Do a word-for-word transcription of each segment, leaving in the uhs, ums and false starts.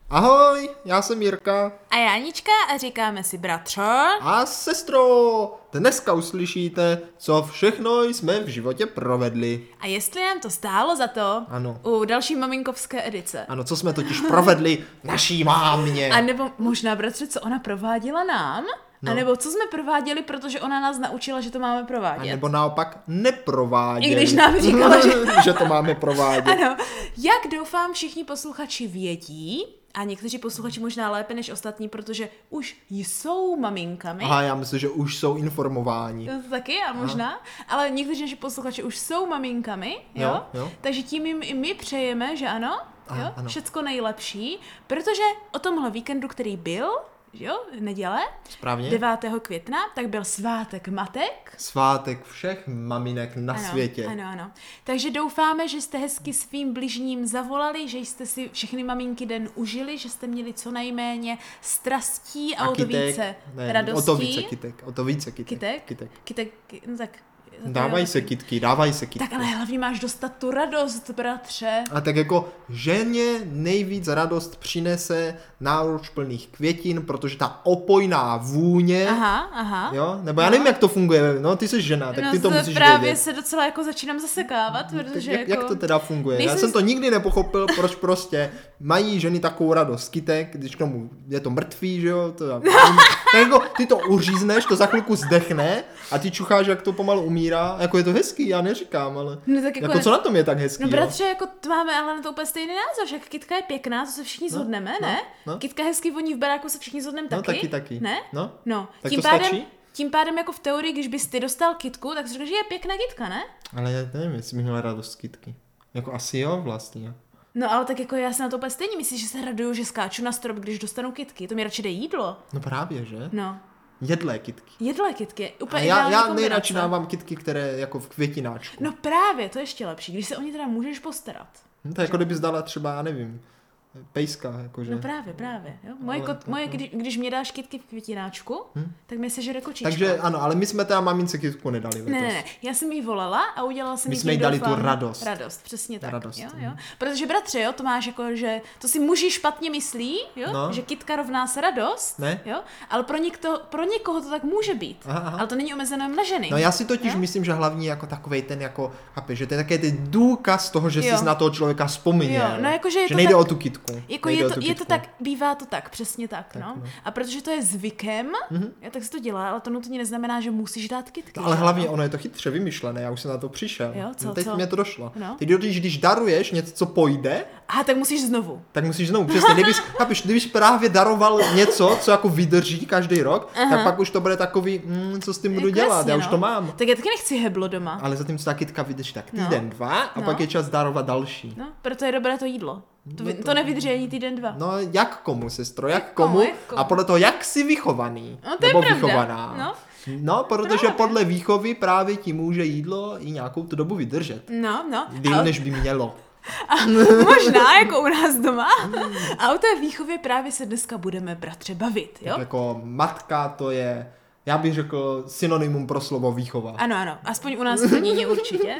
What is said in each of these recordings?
Ahoj, já jsem Jirka. A já Anička a říkáme si bratře. A sestro, dneska uslyšíte, co všechno jsme v životě provedli. A jestli nám to stálo za to Ano. u další maminkovské edice. Ano, co jsme totiž provedli naší mámě. A nebo možná, bratře, co ona prováděla nám? No. A nebo co jsme prováděli, protože ona nás naučila, že to máme A provádět. nebo naopak neprováděli. I když nám říkala, že... že to máme provádět. Ano, jak doufám všichni posluchači vědí, a někteří posluchači možná lépe než ostatní, protože už jsou maminkami. Aha, já myslím, že už jsou informováni. To taky, a možná. Aha. Ale někteří naši posluchači už jsou maminkami, jo? Jo, jo. Takže tím jim i my přejeme, že ano, Aha, jo? ano. Všecko nejlepší, protože o tomhle víkendu, který byl, jo, neděle, Správně. devátého května, tak byl svátek matek. Svátek všech maminek na Ano, světě. Ano, ano. Takže doufáme, že jste hezky svým bližním zavolali, že jste si všechny maminky den užili, že jste měli co nejméně strastí a, A o to kytek, více ne, radostí. o to více kytek, o to více kytek. Kytek? Kytek. Kytek, no tak... Dávají se kytky, dávají se kytky. Tak ale hlavně máš dostat tu radost, bratře. A tak jako ženě nejvíc radost přinese náruč plných květin, protože ta opojná vůně, Aha, aha. jo, nebo já nevím, jak to funguje, no ty jsi žena, tak no ty to to musíš právě vědět. se docela jako začínám zasekávat, Tak protože jak, jako... jak to teda funguje? Nejsem Já jsem s- to nikdy nepochopil, proč prostě mají ženy takovou radost kytek, když k tomu je to mrtvý, že jo, to já, tak jako ty to uřízneš, to za chvilku zdechne a ty čucháš, jak to pomalu umírá, jako je to hezký, já neříkám, ale No, tak jako jako ne- co na tom je tak hezký, No jo? bratře, jako to máme ale na to úplně stejný názor, že kytka je pěkná, to se všichni No, shodneme, no, ne? no. Kytka hezky voní v baráku, se všichni shodneme No, taky. taky, taky. Ne? No. No. Tak tím to pádem, stačí? tím pádem jako v teorii, když bys ty dostal kytku, tak jsi řekl, že je pěkná kytka, ne? Ale já nevím, jestli bych měla radost z kytky. Jako asi jo, vlastně. No ale tak jako já se na to úplně stejně myslíš, že se raduju, že skáču na strop, když dostanu kytky. To mi radši jde jídlo. No právě, že? No. Jedlé kytky. Jedlé kytky. A Úplně já, ideální já kombinace. nejradši dávám kytky, které jako v květináčku. No právě, to je ještě lepší, když se o ně teda můžeš postarat. No, to je jako kdybys dala třeba, já nevím, pejska, jakože. No právě, právě. Jo? Moje, Ale kot, tak, moje no. když, když mě dáš kytky v květináčku, Hm? tak mi se žere kočička. Takže ano, ale my jsme teda mamince kytku nedali letos. Ne, ne, ne, já jsem jí volala a udělala jsem My jí jsme jí tím, dali tu doufám, radost. Radost, přesně tak. Radost, Jo, hm. jo. Protože bratře, jo, to máš jako, že to si muži špatně myslí, jo, No. že kytka rovná se radost, Ne. jo, ale pro, někdo, pro někoho to tak může být. Aha, aha. Ale to není omezeno jen na ženy. No já si totiž Jo? myslím, že hlavní jako takovej ten jako, chápeš, že to je také ten důkaz toho, že Jo. jsi na toho člověka vzpomněl. Jo, no jakože je že to nejde tak- o tu kytku. Jako nejde je o to, tu je to kytku. tak, bývá to tak, přesně tak, Tak, no. no. A protože to je zvykem, Mhm. jo, tak se to dělá, ale to nutně neznamená, že musíš dát kytky. No, ale že hlavně ano? ono je to chytře vymyšlené, já už jsem na to přišel. Jo, co, no, teď co? mě to došlo. No. Ty když, když daruješ něco, co pojde, Aha, tak musíš znovu. tak musíš znovu, přesně, kdybys, chápeš, kdybys právě daroval něco, co jako vydrží každý rok, Aha. tak pak už to bude takový, mm, co s tím budu Jako dělat, jasně, já už no. to mám. Tak já taky nechci heblo doma. Ale zatímco ta kytka vydrží tak No. týden, dva a No. pak je čas darovat další. No, proto je dobré to jídlo. To, No no to- to, to nevydrží ani týden, dva. No jak komu, sestro, jak, Jak komu, komu, jak komu. a podle toho, jak jsi vychovaný, No, to je nebo pravda. vychovaná. No. No, protože Právě. podle výchovy právě ti může jídlo i nějakou tu dobu vydržet. No, no. Díl, A, než by mělo. a možná, jako u nás doma. A o té výchově právě se dneska budeme, bratře, bavit, jo? Tak jako matka to je, já bych řekl, synonymum pro slovo výchova. Ano, ano, aspoň u nás v Brně určitě.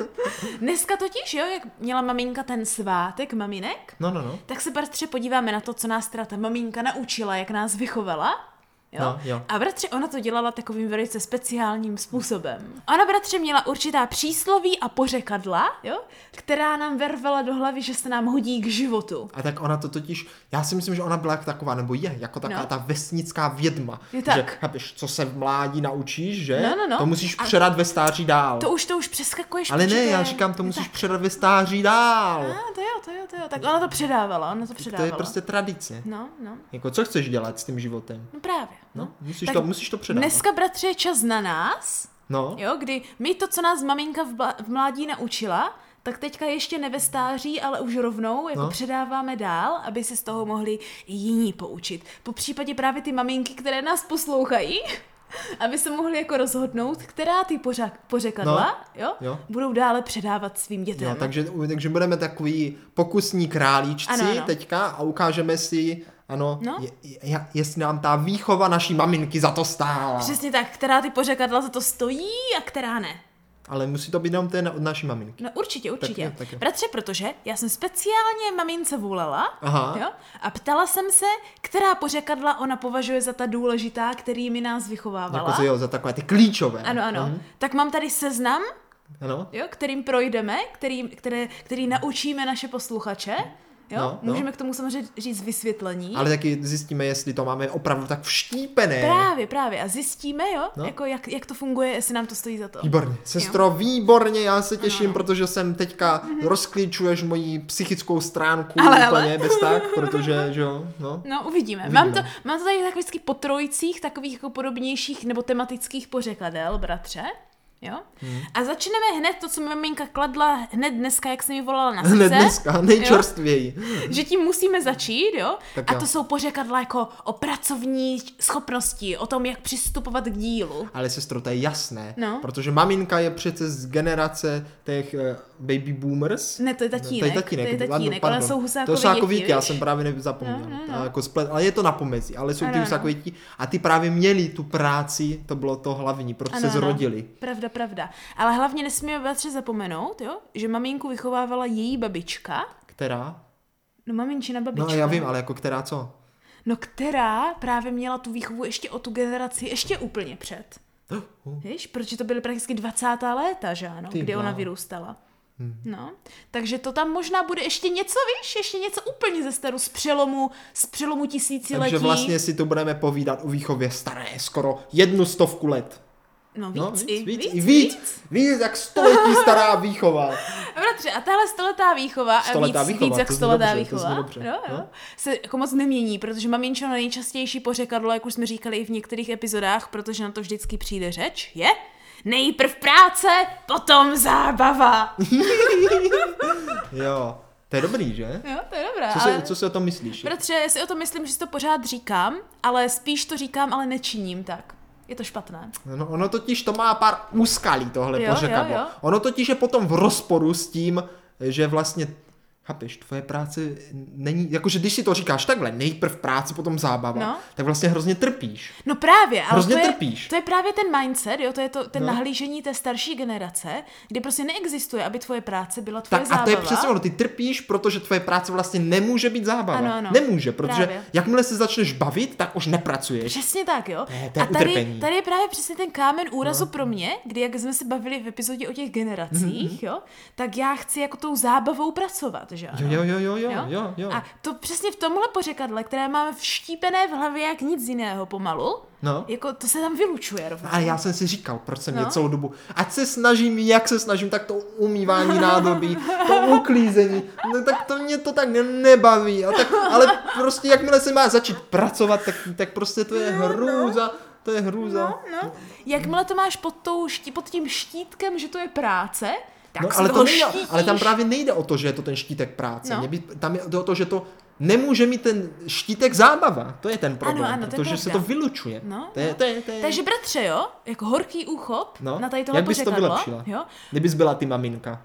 Dneska totiž, jo, jak měla maminka ten svátek maminek, No, no, no. tak se, bratře, podíváme na to, co nás teda ta maminka naučila, jak nás vychovala. Jo? No, jo. A bratře, ona to dělala takovým velice speciálním způsobem. Ona, bratře, měla určitá přísloví a pořekadla, jo, která nám vervala do hlavy, že se nám hodí k životu. A tak ona to totiž, já si myslím, že ona byla jak taková, nebo je, jako taková No. ta vesnická vědma. Je tak. Že, chápeš, co se v mládí naučíš, že? No, no, no. To musíš A- předat ve stáří dál. To už, to už přeskakuješ. Ale ne, určitě. já říkám, to Je musíš tak. předat ve stáří dál. A, to jo, to jo, to jo. Tak ona to předávala, ona to To předávala. je prostě tradice. No, no, Jako, co chceš dělat s tím životem? no právě. No, musíš, Tak to, musíš to předávat. Dneska, bratře, je čas na nás, No, jo, kdy my to, co nás maminka v, bla- v mládí naučila, tak teďka ještě ne ve stáří, ale už rovnou jako No. předáváme dál, aby se z toho mohli i jiní poučit. Po případě právě ty maminky, které nás poslouchají, aby se mohli jako rozhodnout, která ty pořa- pořekadla, jo, jo. budou dále předávat svým dětem. jo takže, takže budeme takový pokusní králíčci Ano, ano. teďka a ukážeme si, ano, No. je, je, jestli nám ta výchova naší maminky za to stála. Přesně tak, která ty pořekadla za to stojí a která ne. Ale musí to být jenom ten od naší maminky. No určitě, určitě. Tak jo, tak jo. Bratře, protože já jsem speciálně mamince volala, Aha. jo, a ptala jsem se, která pořekadla ona považuje za ta důležitá, kterými nás vychovávala. Jako jo, za takové ty klíčové. Ano, ano. Mhm. Tak mám tady seznam, Ano. jo, kterým projdeme, který, které, který naučíme naše posluchače. Jo? No, no. Můžeme k tomu samozřejmě říct vysvětlení. Ale taky zjistíme, jestli to máme opravdu tak vštípené. Právě, právě. A zjistíme, jo, No. jako jak, jak to funguje, jestli nám to stojí za to. Výborně. Sestro, jo. výborně, já se těším, Ano. protože jsem teďka mm-hmm. rozklíčuješ moji psychickou stránku Ale, úplně ale. bez tak, protože, že jo, no. No, uvidíme. Uvidíme. Mám to, mám to tady tak vždycky po trojicích, takových jako podobnějších nebo tematických pořekadel, bratře. Jo? Hmm. A začneme hned to, co mi maminka kladla hned dneska, jak jsem mi volala na srdce. Hned dneska, nejčerstvěji. Že tím musíme začít, jo? Tak a jo. to jsou pořekadla jako o pracovní schopnosti, o tom, jak přistupovat k dílu. Ale sestro, to je jasné, No. protože maminka je přece z generace těch uh, baby boomers. Ne, to je tatínek. To je tatínek, To je ladno, tatínek, pardon. ale jsou To Husákovi jsou jako děti, víky, já víš? jsem právě nezapomněl. No, no, To no. Jako splet, ale je to na pomezí, ale jsou Ano, ty ano. Husákovi děti a ty právě měli tu práci, to bylo to hlavní, proč Ano, se ano. zrodili. Pravda, pravda. Ale hlavně nesmíme bratře zapomenout, jo? Že maminku vychovávala její babička. Která? No maminčina babička. No já vím, ale jako která co? No která právě měla tu výchovu ještě o tu generaci, ještě úplně před. Uh. Víš, protože to byly prakticky dvacátá léta, že ano, Ty kdy ona bláho. vyrůstala. Hmm. No, takže to tam možná bude ještě něco, víš, ještě něco úplně ze staru, z přelomu, z přelomu tisíciletí. Takže vlastně si to budeme povídat o výchově staré skoro jednu stovku let. No víc, No, i, víc, víc, i víc, víc, jak století stará výchova. A bratře, a tahle stoletá výchova a Stoletá víc, výchova, víc jak to zní stoletá dobře, to výchova, zní dobře, jo, jo, no. se jako moc nemění, protože maminčino nejčastější pořekadlo, jak už jsme říkali i v některých epizodách, protože na to vždycky přijde řeč, je nejprv práce, potom zábava. Jo, to je dobrý, že? Jo, to je dobré, Co, ale... si, co si o tom myslíš? Bratře, já si o tom myslím, že si to pořád říkám, ale spíš to říkám, ale nečiním tak. Je to špatné. No, ono totiž to má pár úskalí, tohle Jo, pořekadlo. jo, jo. Ono totiž je potom v rozporu s tím, že vlastně, chápeš, tvoje práce není, jakože když si to říkáš takhle, nejprv práce, potom zábava, No. tak vlastně hrozně trpíš. No právě, ale Hrozně to je, trpíš. to je právě ten mindset, jo, to je to, ten No. no. nahlížení té starší generace, kdy prostě neexistuje, aby tvoje práce byla tvoje Tak zábava. a to je přesně ono, ty trpíš, protože tvoje práce vlastně nemůže být zábava. Ano, ano. Nemůže, protože Právě. jakmile se začneš bavit, tak už nepracuješ. Přesně tak, jo. To je- to je a tady, utrpení. tady je právě přesně ten kámen úrazu no. pro mě, kdy jak jsme se bavili v epizodě o těch generacích, mm-hmm. jo, tak já chci jako tou zábavou pracovat, že ano. Jo, jo, jo, jo, Jo? jo, jo. A to přesně v tomhle pořekadle, které máme vštípené v hlavě jak nic jiného pomalu, No. jako to se tam vylučuje rovnou. Ale já jsem si říkal, proč jsem No. mě celou dobu, ať se snažím, jak se snažím, tak to umývání nádobí, to uklízení, no tak to mě to tak nebaví, a tak, ale prostě jakmile se má začít pracovat, tak, tak prostě to je hrůza, to je hrůza. No, no. Jakmile to máš pod, tou, ští- pod tím štítkem, že to je práce, tak No, se ale, to toho nejde, štítíš. ale tam právě nejde o to, že je to ten štítek práce. No. Mě by, tam je o to, že to nemůže mít ten štítek zábava. To je ten problém, ano, to je protože se to pravda. vylučuje. No, to je, no. to je, to je... Takže bratře, jo, jako horký úchop No, na tady tohle jak bys to pořekadlo, vylepšila? jo, Kdybys byla ty maminka.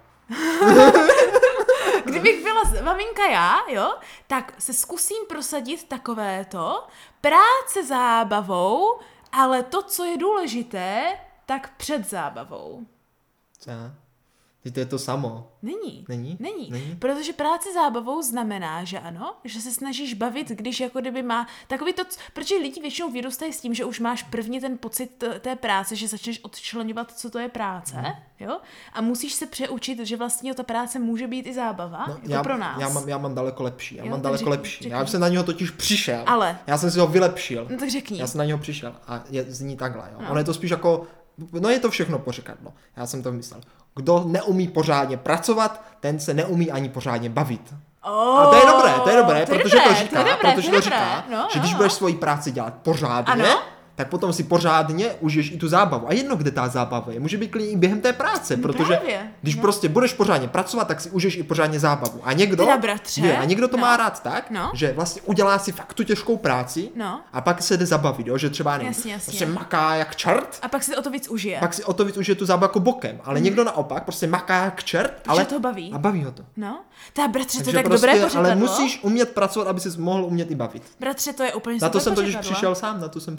kdybych byla z- maminka já, jo, tak se zkusím prosadit takovéto práce zábavou, ale to, co je důležité, tak před zábavou. Co? Ty to je to samo. Není. Není? Není. Není? Protože práce zábavou znamená, že ano, že se snažíš bavit, když jako kdyby má takový to, c- protože lidi většinou vyrůstají s tím, že už máš prvně ten pocit t- té práce, že začneš odčleňovat, co to je práce, Mhm. jo? A musíš se přeučit, že vlastně ta práce může být i zábava, No, jako já, pro nás. Já mám, já mám daleko lepší. Já Jo, mám tak daleko řekni, lepší. řekni. Já jsem na něho totiž přišel. Ale. Já jsem si ho vylepšil. No tak řekni. Já jsem na něho přišel a je, zní takhle. Jo. No. Ono je to spíš jako, no je to všechno pořekadlo. Já jsem to myslel. Kdo neumí pořádně pracovat, ten se neumí ani pořádně bavit. Oh, A to je dobré, to je dobré, to je protože dobré, to říká, to je dobré, protože to je to říká, dobré. No, že když no, budeš no. svoji práci dělat pořádně, Ano. tak potom si pořádně užiješ i tu zábavu. A jedno, kde ta zábava je. Může být klidně i během té práce, protože právě, když no. prostě budeš pořádně pracovat, tak si užiješ i pořádně zábavu. A někdo, Teda bratře, je, a někdo to no. má rád tak, No. že vlastně udělá si fakt tu těžkou práci No. a pak se jde zabavit, jo? Že třeba nevím, Jasně, jasně. prostě maká jak čert, A pak si o to víc užije. pak si o to víc užije tu zábavu jako bokem. Ale někdo naopak prostě maká jak čert, ale to baví. a baví ho to. No, ta bratře, to je Takže tak prostě, dobré pořekadlo. ale musíš umět pracovat, aby si mohl umět i bavit. Bratře, to je úplně Na super to jsem totiž pořekadlo. přišel sám, na to jsem přišel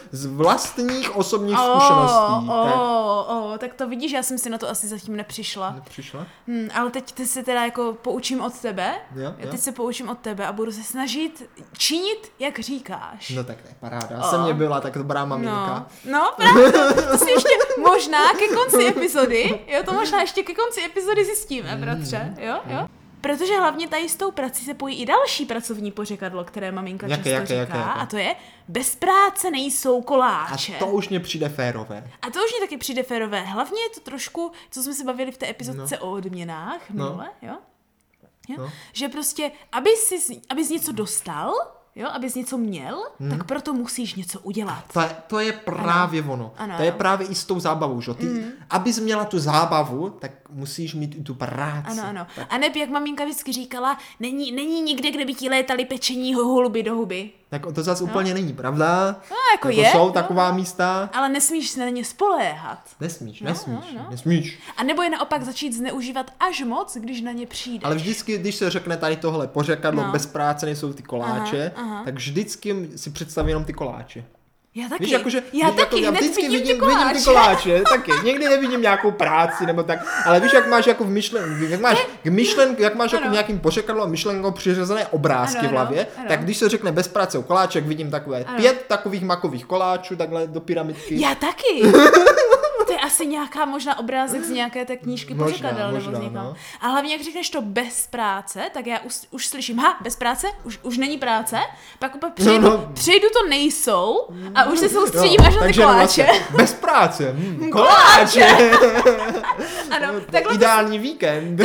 z vlastních osobních zkušeností. Oh, tak. oh, oh, tak to vidíš, já jsem si na to asi zatím nepřišla. Nepřišla? Hmm, ale teď ty se teda jako poučím od tebe. Jo, Já jo. teď se poučím od tebe a budu se snažit činit, jak říkáš. No tak to je paráda. Oh. Jsem mě byla tak dobrá maminka. No, no právě to, to si ještě možná ke konci epizody, jo, to možná ještě ke konci epizody zjistíme, bratře, jo, jo. Protože hlavně tady s tou prací se pojí i další pracovní pořekadlo, které maminka Jaké, často jaké, říká, jaké, jaké? a to je bez práce nejsou koláče. A to už mě přijde férové. A to už mě taky přijde férové. Hlavně je to trošku, co jsme se bavili v té epizodce No. o odměnách minule, jo? jo? No. Že prostě, aby jsi, abys něco dostal, jo, abys něco měl, hmm. tak proto musíš něco udělat. To je, to je právě ano. ono. Ano, to je ano. právě i s tou zábavou, že? Ty, mm. abys měla tu zábavu, tak musíš mít i tu práci. Ano, ano. Tak, A neb, jak maminka vždycky říkala, není, není nikde, kde by ti létali pečení holuby do huby. tak to zase no. úplně není pravda. No, jako je. Jsou no, taková no. místa. Ale nesmíš se na ně spoléhat. Nesmíš, No, nesmíš, no, no. nesmíš. A nebo je naopak začít zneužívat až moc, když na ně přijde. Ale vždycky, když se řekne tady tohle pořekadlo, No. bez práce nejsou ty koláče, Aha, aha. tak vždycky si představím jenom ty koláče. Já taky. Víš, jakože, já víš, taky, jako, já hned vždycky vidím, vidím, ty koláče. vidím ty koláče, taky. Někdy nevidím nějakou práci nebo tak, ale víš, jak máš jako v myšlen, jak máš k myšlen, jak máš jako v nějakým pořekadlu a myšlenkou přiřazené obrázky Ano, v hlavě, ano, ano. tak když se řekne bez práce o koláček, vidím takové Ano. pět takových makových koláčů takhle do pyramidky. Já taky. To je asi nějaká možná obrázek z nějaké té knížky Možná, pořekadel nebo možná, z někoho. no. A hlavně, jak řekneš to bez práce, tak já už, už slyším, ha, bez práce, už, už není práce, pak úplně přejdu, No, no, no. no. přejdu to nejsou a už se soustředím Jo, až na ty takže jenom koláče. Vlastně, bez práce, hm, koláče. Ano, No, takhle ideální víkend.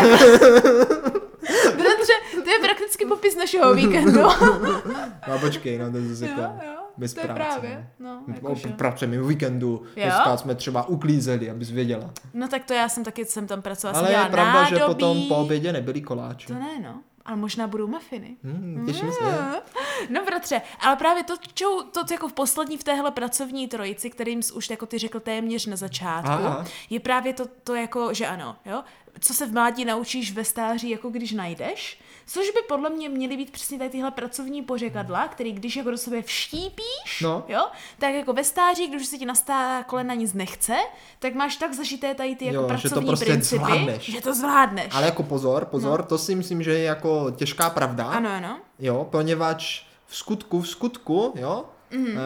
Bratře, to je prakticky popis našeho víkendu. No počkej, no to je zase Jo, jako jo, bez to je práce. právě, no, no. jakože. Pracujeme o víkendu, Jo? dneska jsme třeba uklízeli, abys věděla. No tak to já jsem taky, jsem tam pracovala, jsem Ale je dělala pravda, nádobí. že potom po obědě nebyly koláče. To ne, no. Ale možná budou mafiny. Hmm, těším se. No bratře, ale právě to, čo, to jako v poslední v téhle pracovní trojici, kterým jsi už jako ty řekl téměř na začátku, Aha. je právě to, to jako, že ano, jo, co se v mládí naučíš ve stáří, jako když najdeš, což by podle mě měly být přesně tady tyhle pracovní pořekadla, který když jako do sebe vštípíš, No. jo, tak jako ve stáří, když už se ti na stá kolena nic nechce, tak máš tak zažité tady ty jako Jo, že to pracovní prostě principy, zvládneš. že to zvládneš. Ale jako pozor, pozor, no. to si myslím, že je jako těžká pravda. Ano, ano. Jo, poněvadž v skutku, v skutku, jo, mm. uh,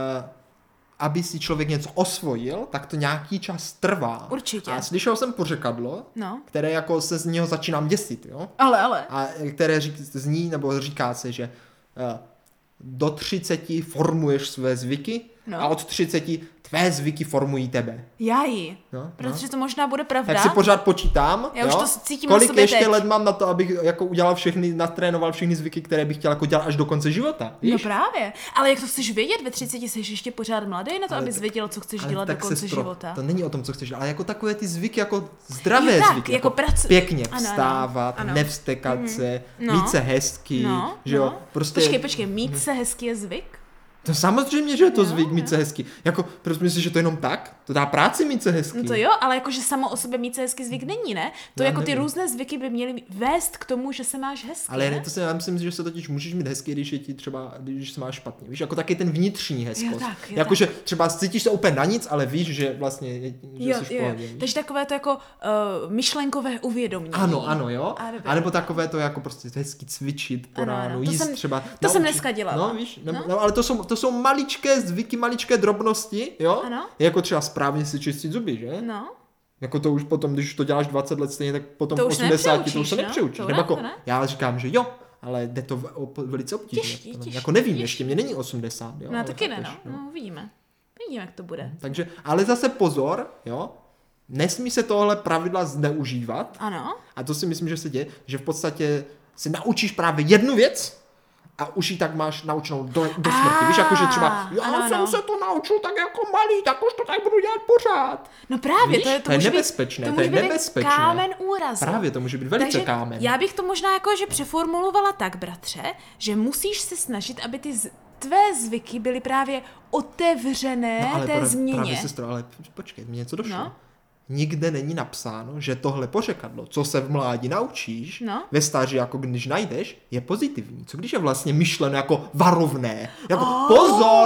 aby si člověk něco osvojil, tak to nějaký čas trvá. Určitě. A slyšel jsem pořekadlo, No. které jako se z něho začínám děsit, jo. Ale, ale. A které řík, zní, nebo říká se, že uh, do třiceti formuješ své zvyky No. a od třiceti tvé zvyky formují tebe. Jají. No, Protože no. to možná bude pravda. Tak si pořád počítám, Já už jo? to cítím na kolik sobě ještě teď. let mám na to, abych jako udělal všechny, natrénoval všechny zvyky, které bych chtěl jako dělat až do konce života. Víš? No právě. Ale jak to chceš vědět? Ve třiceti jsi ještě pořád mladý na to, Ale abys tak- věděl, co chceš Ale dělat do tak, konce sestro, života. To není o tom, co chceš dělat, ale jako takové ty zvyky, jako zdravé Jo, tak, zvyky. jako prac- Pěkně Ano, ano, vstávat, ano. nevstekat mm. se, No. mít se hezky, No, že jo. no. Prostě, Počkej, počkej, mít se hezky je zvyk? To samozřejmě, že je to Jo, zvyk mít jo. se hezky. Jako, proč myslíš, že to je jenom tak? To dá práci mít se hezky. No to jo, ale jakože samo o sobě mít se hezky zvyk není, ne? To Já jako ty nevím. různé zvyky by měly vést k tomu, že se máš hezky, Ale ne? ne, to si já myslím, že se totiž můžeš mít hezky, když je ti třeba, když se máš špatně. Víš, jako taky ten vnitřní hezkost. Jo, tak, jo, Jakože třeba cítíš se úplně na nic, ale víš, že vlastně je, že Jo, jsi v jo. pohodě. víš? Takže takové to jako uh, myšlenkové uvědomění. Ano, ano, jo. A dobré. A nebo takové to jako prostě hezky cvičit po Ano, ano. ránu, To jíst jsem- třeba. to jsem naučit- dneska dělala. No, víš, nebo, No. no. ale to jsou, to jsou maličké zvyky, maličké drobnosti, jo. Ano. Jako třeba správně si čistit zuby, že? No. Jako to už potom, když to děláš dvacet let stejně, tak potom To v už osmdesáti to už nepřeučíš, se no? nepřeučíš. To Nebo ne, jako, to ne. já říkám, že jo, ale jde to v- op- velice obtížně. Těžký, To ne- těžký, jako nevím, těžký. ještě mě není osmdesát, jo. No ale taky ne, chápeš, no. no. Uvidíme. Uvidíme, jak to bude. Takže, ale zase pozor, jo, nesmí se tohle pravidla zneužívat. Ano. A to si myslím, že se děje, že v podstatě si naučíš právě jednu věc a už ji tak máš naučenou do, do smrti. Ah, Víš, jakože třeba, já ano, jsem ano. se to naučil tak jako malý, tak už to tak budu dělat pořád. No právě, Víš, to je, to to je může nebezpečné, být, to to je může být nebezpečné. kámen úrazu. Právě, to může být velice Takže kámen. já bych to možná jako, že přeformulovala tak, bratře, že musíš se snažit, aby ty z, tvé zvyky byly právě otevřené No, ale té pra- změně. Právě, sestro, ale počkej, mě něco došlo. No. Nikde není napsáno, že tohle pořekadlo, co se v mládí naučíš, No. ve stáří, jako když najdeš, je pozitivní. Co když je vlastně myšleno jako varovné? Jako Oh, pozor,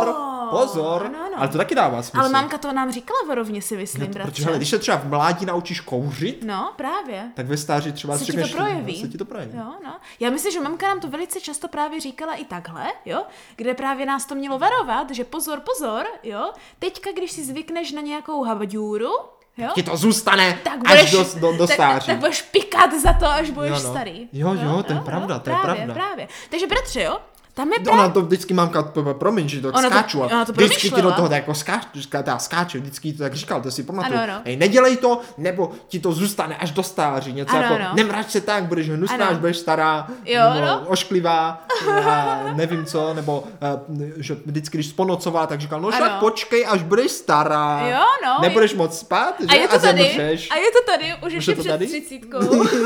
pozor, ano, ano. ale to taky dává smysl. Ale mamka to nám říkala varovně, si myslím, no, bratře. protože hele, když se třeba v mládí naučíš kouřit, No, právě. tak ve stáří třeba Se ti to řekneš, projeví. no, se ti to projeví. Jo, no. Já myslím, že mamka nám to velice často právě říkala i takhle, jo, kde právě nás to mělo varovat, že pozor, pozor, jo, teďka, když si zvykneš na nějakou habaďůru, jo, Ti to zůstane tak až budeš, do, do, do tak, stáří. tak budeš pikat za to, až budeš Jo, no. starý. Jo, jo, to je pravda, to je právě, pravda. Právě. Takže bratře, jo, tam je Ona právě... to vždycky mamka, promiň, že to Ona to- skáču, ale ona to vždycky ti do promyšlela. toho tak jako skáče, ská, skáče, vždycky to tak říkal, to si pamatuju. Ano, ano. Hej, nedělej to, nebo ti to zůstane až do stáří, něco Ano, jako, ano. nemrač se tak, budeš hnusná, Ano. až budeš stará, Jo, nebo no. ošklivá, a nevím co, nebo uh, že vždycky, když sponocovala, tak říkal, no Ano. však počkej, až budeš stará, Jo, no, nebudeš moc spát, A že? je to tady, zemřeš. a je to tady, už je ještě to před tady? třicítkou.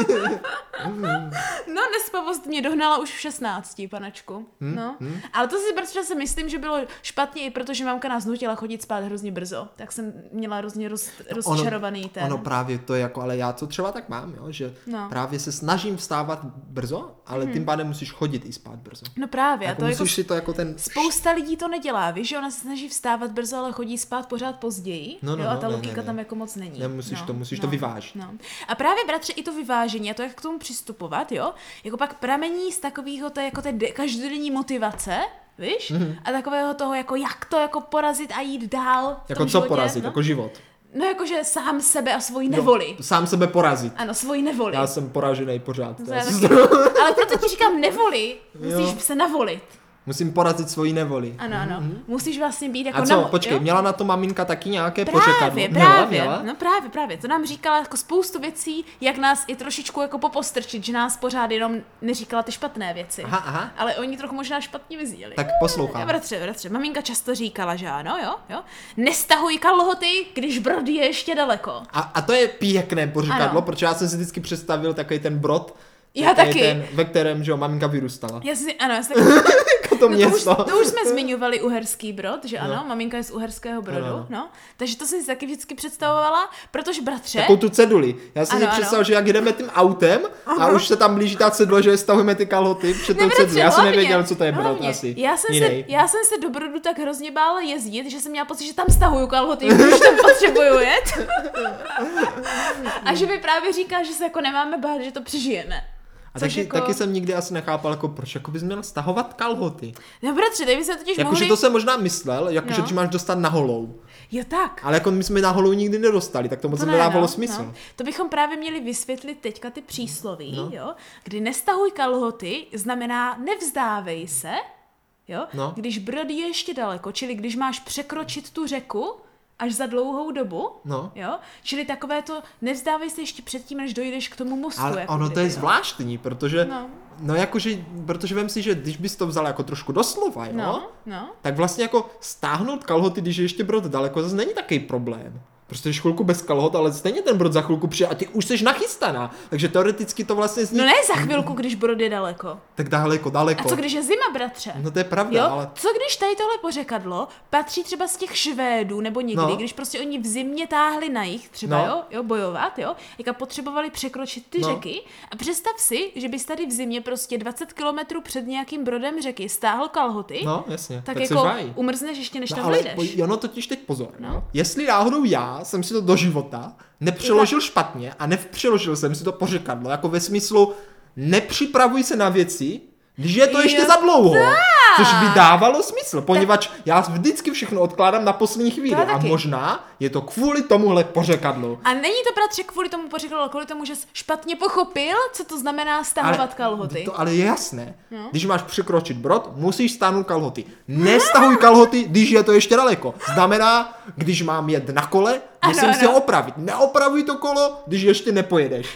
No, nespavost mě dohnala už v šestnácti, panečku. Hm, No. Ale to si bratře si myslím, že bylo špatně, i protože mamka nás nutila chodit spát hrozně brzo. Tak jsem měla hrozně roz, rozčarovaný ten. Ono právě to je jako, ale já to třeba tak mám, jo, že No. právě se snažím vstávat brzo, ale tím pádem musíš chodit i spát brzo. No právě, a Jako to musíš jako si to jako ten... spousta lidí to nedělá, víš, že ona se snaží vstávat brzo, ale chodí spát pořád později. No, no, jo, a no, ta ne, logika ne, ne. tam jako moc není. Nemusíš no, to, musíš no, to vyvážit. No. A právě bratře i to vyvážení a to, jak k tomu přistupovat, jo, jako pak pramení z takového té, jako té de- každodenní motivace, víš? Mm-hmm. A takového toho, jako jak to jako porazit a jít dál v Jako tom co životě, porazit, no? jako život. No jakože sám sebe a svoji nevoli. Jo, sám sebe porazit. Ano, svoji nevoli. Já jsem poražený pořád. To Já já jsem- taky. Ale proto ti říkám nevoli, musíš Jo. se navolit. Musím porazit svoji nevoli. Ano, ano. Mm-hmm. Musíš vlastně být jako A co, navo- počkej, jo? měla na to maminka taky nějaké Právě, pořekadlo? právě, Měla, měla? no právě, právě. To nám říkala jako spoustu věcí, jak nás i trošičku jako popostrčit, že nás pořád jenom neříkala ty špatné věci. Aha, aha. Ale oni trochu možná špatně vyzněli. Tak Ja, poslouchám. bratře, bratře, maminka často říkala, že ano, jo, jo. Nestahuj kalhoty, když brod je ještě daleko. A, a to je pěkné pořekadlo, Ano. protože já jsem si vždycky představil takový ten brod, Já takový taky. ten, ve kterém, že jo, maminka vyrůstala. Já si, ano, já si taky... Jako to No to, už, město. to už jsme zmiňovali Uherský Brod, že ano, No. maminka je z Uherského Brodu, Ano, ano. no. Takže to jsem si taky vždycky představovala, protože bratře... Takovou tu ceduli. Já jsem si Ano, ano. představil, že jak jedeme tím autem a už se tam blíží ta cedule, že stahujeme ty kalhoty před tou bratře, cedulí. Já jsem hlavně, nevěděl, co to je brod hlavně. asi. Já jsem, se, Jinej. já jsem se do Brodu tak hrozně bála jezdit, že jsem měla pocit, že tam stahuju kalhoty, když tam potřebuju jet. A že mi právě říká, že se jako nemáme bát, že to přežijeme. A Což taky, jako... taky jsem nikdy asi nechápal, jako proč jako bys měl stahovat kalhoty. No bratře, tady by se totiž Jakože mohli... to jsem možná myslel, jakože No. ty máš dostat na holou. Jo tak. Ale jako my jsme na holou nikdy nedostali, tak to moc To ne, nedávalo no, smysl. No. To bychom právě měli vysvětlit teďka ty přísloví, No. jo? Kdy nestahuj kalhoty znamená nevzdávej se, jo? No. Když brod je ještě daleko, čili když máš překročit tu řeku až za dlouhou dobu, No. jo? Čili takové to nevzdávej se ještě předtím, než dojdeš k tomu mostu. Ale jako ono kdyby, to je jo. zvláštní, protože, No. no jakože, protože vem si, že když bys to vzal jako trošku doslova, jo, No, no. tak vlastně jako stáhnout kalhoty, když je ještě brod daleko, zase není takový problém. Prostě jsi chvilku bez kalhot, ale stejně ten brod za chvilku přijde a ty už jsi nachystaná. Takže teoreticky to vlastně zní No ne za chvilku, když brod je daleko. tak daleko, daleko. A co když je zima, bratře? No to je pravda, Jo? ale Co když tady tohle pořekadlo patří třeba z těch Švédů nebo někdy, No. když prostě oni v zimě táhli na jich třeba, No. jo, jo, bojovat, jo, jak a potřebovali překročit ty No. řeky a představ si, že bys tady v zimě prostě dvacet kilometrů před nějakým brodem řeky stáhl kalhoty, no jasně, tak, tak jako seš ráj. umrzneš ještě než No, tam ale vyjdeš. ono totiž teď pozor, No. no. Jestli náhodou já jsem si to do života nepřeložil špatně a nepřeložil jsem si to pořekadlo, jako ve smyslu nepřipravuj se na věci, když je to ještě Jo, za dlouho. Což by dávalo smysl, poněvadž já vždycky všechno odkládám na poslední chvíli To já a taky. možná je to kvůli tomuhle pořekadlu. A není to, bratře, kvůli tomu pořekadlo, ale kvůli tomu, že jsi špatně pochopil, co to znamená stahovat kalhoty. To ale je jasné. No. Když máš překročit brod, musíš stáhnout kalhoty. Nestahuj kalhoty, když je to ještě daleko. Znamená, když mám jet na kole, musím Ano, si ano. ho opravit. Neopravuj to kolo, když ještě nepojedeš.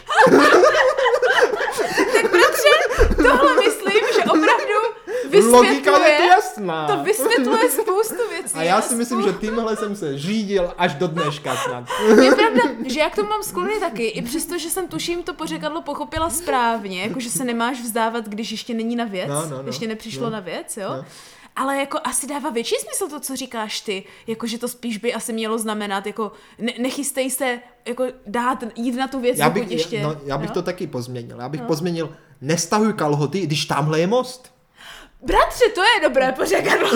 Tohle myslím, že opravdu Logika je vysvětluje, to jasná. to vysvětluje spoustu věcí. A já si myslím, že tímhle jsem se řídil až do dneška snad. Je pravda, že já k tomu mám sklony taky, i přesto, že jsem tuším to pořekadlo pochopila správně, jakože se nemáš vzdávat, když ještě není na věc, No, no, no. ještě nepřišlo No. na věc, jo. No. Ale jako asi dává větší smysl to, co říkáš ty, jakože to spíš by asi mělo znamenat, jako ne, nechystej se jako dát, jít na tu věc, Já dokud bych, ještě. no, já bych jo? to taky pozměnil. Já bych no. pozměnil, nestahuj kalhoty, když tamhle je most. Bratře, to je dobré pořekadlo.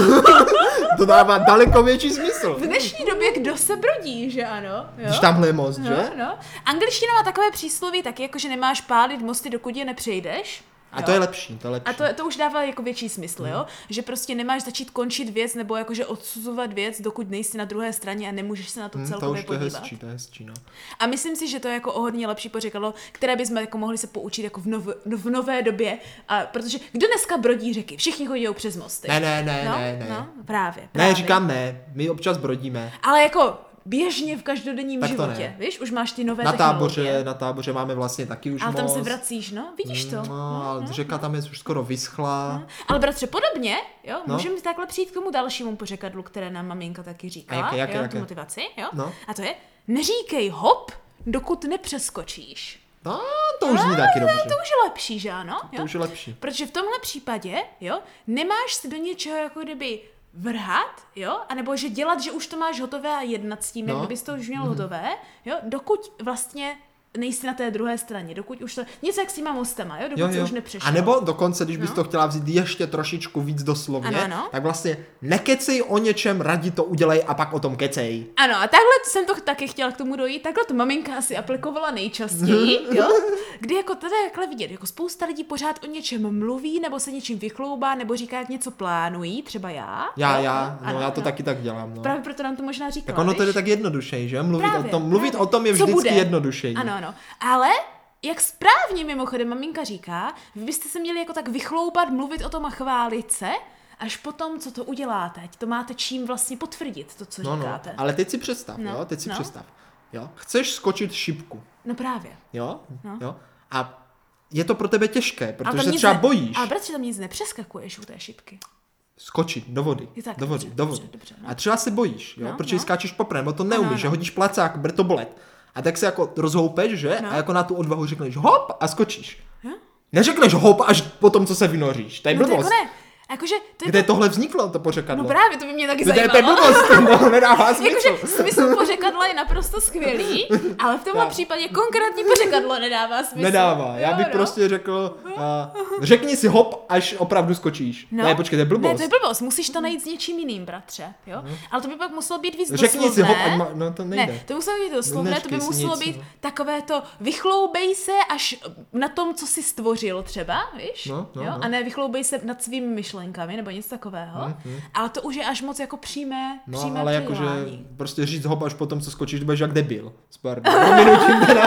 To dává daleko větší smysl. V dnešní době kdo se brodí, že ano? Jo? Když tamhle je most, no, že? No. Angličtina má takové přísloví taky, jako že nemáš pálit mosty, dokud je nepřejdeš. A to je lepší, to je lepší. A to, to už dává jako větší smysl, jo? Že prostě nemáš začít končit věc nebo jakože odsuzovat věc, dokud nejsi na druhé straně a nemůžeš se na to hmm, celkově to už podívat. To je hezčí, to je hezčí, no. A myslím si, že to je jako o hodně lepší pořekadlo, které bychom jako mohli se poučit jako v, nov, v nové době. A protože kdo dneska brodí řeky? Všichni chodí přes mosty. Ne, ne, ne, no? ne, ne. No, právě, právě. Ne, říkám ne, my občas brodíme. Ale jako běžně v každodenním tak životě, víš? Už máš ty nové na technologie. táboře, na táboře máme vlastně taky už ale most. tam se vracíš, no? Vidíš to? No, no ale no, řeka no. tam je už skoro vyschlá. No. Ale bratře, podobně, jo? No. Můžeme takhle přijít k tomu dalšímu pořekadlu, které nám maminka taky říkala. A jaké, jaké, jo? jaké? Tu motivaci, jo? No. A to je, neříkej hop, dokud nepřeskočíš. No, to už zní taky dobře. To už je lepší, že ano? To jo? už je lepší. Protože v tomhle případě, jo, nemáš se do něčeho jako kdyby vrhat, jo, anebo že dělat, že už to máš hotové a jednat s tím, no. jak kdybys to už měl mm. hotové, jo, dokud vlastně nejsi na té druhé straně, dokud už to, něco jak s těma mostama, jo, dokud jo, jo. se už nepřešel. A nebo dokonce, když bys no. to chtěla vzít ještě trošičku víc doslovně, ano, ano. tak vlastně nekecej o něčem, raději to udělej a pak o tom kecej. Ano, a takhle jsem to taky chtěla k tomu dojít, takhle to maminka asi aplikovala nejčastěji, jo, kdy jako tady takhle vidět, jako spousta lidí pořád o něčem mluví, nebo se něčím vychloubá, nebo říká, jak něco plánují, třeba já. Já, jo, já, no ano, já to ano. taky tak dělám, no. Právě proto nám to možná říkala, Tak ono to je víš? tak jednodušej, že? Mluvit právě, o tom, mluvit právě. o tom je Co vždycky bude? jednodušej. Ano, ano. Ale jak správně mimochodem maminka říká, vy byste se měli jako tak vychloupat, mluvit o tom a chválit se, až potom, co to uděláte. Ať to máte čím vlastně potvrdit, to, co no, říkáte. No, ale teď si představ, no, jo, teď si no. představ. Jo, chceš skočit šipku. No právě. Jo, no. jo. A je to pro tebe těžké, protože se nic třeba ne... bojíš. Ale bratře, tam nic nepřeskakuješ u té šipky. Skočit do vody, tak, do vody, dobře, do vody. Dobře, dobře, no. A třeba se bojíš, jo, no, protože no. skáčeš poprvé, nebo to neumíš, no, no. že hodíš placák, bude to bolet. A tak se jako rozhoupeš, že? No. A jako na tu odvahu řekneš hop a skočíš. No? Neřekneš hop až po tom, co se vynoříš. To je no, blbost. To jako ne. Jakože to je Kde to... tohle vzniklo, to pořekadlo? No právě, to by mě taky to zajímalo. To je blbost, to nedává smysl. Jakože smysl pořekadla je naprosto skvělý, ale v tomhle případě konkrétní pořekadlo nedává smysl. Nedává, já bych jo, no. prostě řekl, uh, řekni si hop, až opravdu skočíš. No. Ne, počkej, to je blbost. Ne, to je blbost, musíš to najít s něčím jiným, bratře, jo? No. Ale to by pak muselo být víc řekni doslovné. si hop, ať ma... no to nejde. Ne, to muselo být doslovné, to by Nečkej si muselo nic, být no. takové to vychloubej se až na tom, co jsi stvořil třeba, víš? No, no, jo? no. A ne vychloubej se nad svými myšlenkami nebo něco takového. Hmm, hmm. Ale to už je až moc jako přímé, No, přímé ale jakože předělání. prostě říct hop až potom, co skočíš, to budeš jak debil. Pardon, minutím teda.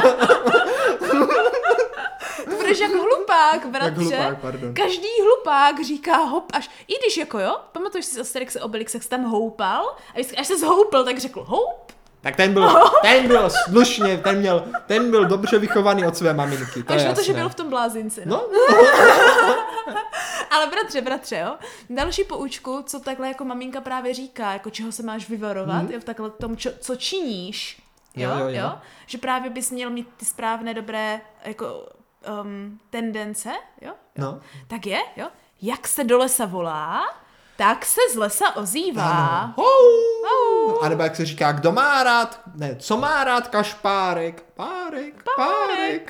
To budeš jako hlupák, bratře. Jak hlupák, pardon. Každý hlupák říká hop až, i když jako jo, pamatuješ si z Asterix a Obelix, jak se tam houpal a vždycky, až se zhoupil, tak řekl houp. Tak ten byl, ten byl slušně, ten měl, ten byl dobře vychovaný od své maminky, to Až je na to, že jasné. byl v tom blázinci. No. No, Ale bratře, bratře, jo, další poučku, co takhle jako maminka právě říká, jako čeho se máš vyvarovat, mm. jo, v takhle tom, čo, co činíš, jo, Jo, jo, jo, jo. jo, že právě bys měl mít ty správné, dobré, jako um, tendence, jo, jo, no. tak je, jo, jak se do lesa volá, tak se z lesa ozývá. Ano. Hou. Hou. A nebo jak se říká, kdo má rád, ne, co má rád kašpárek, párek, párek.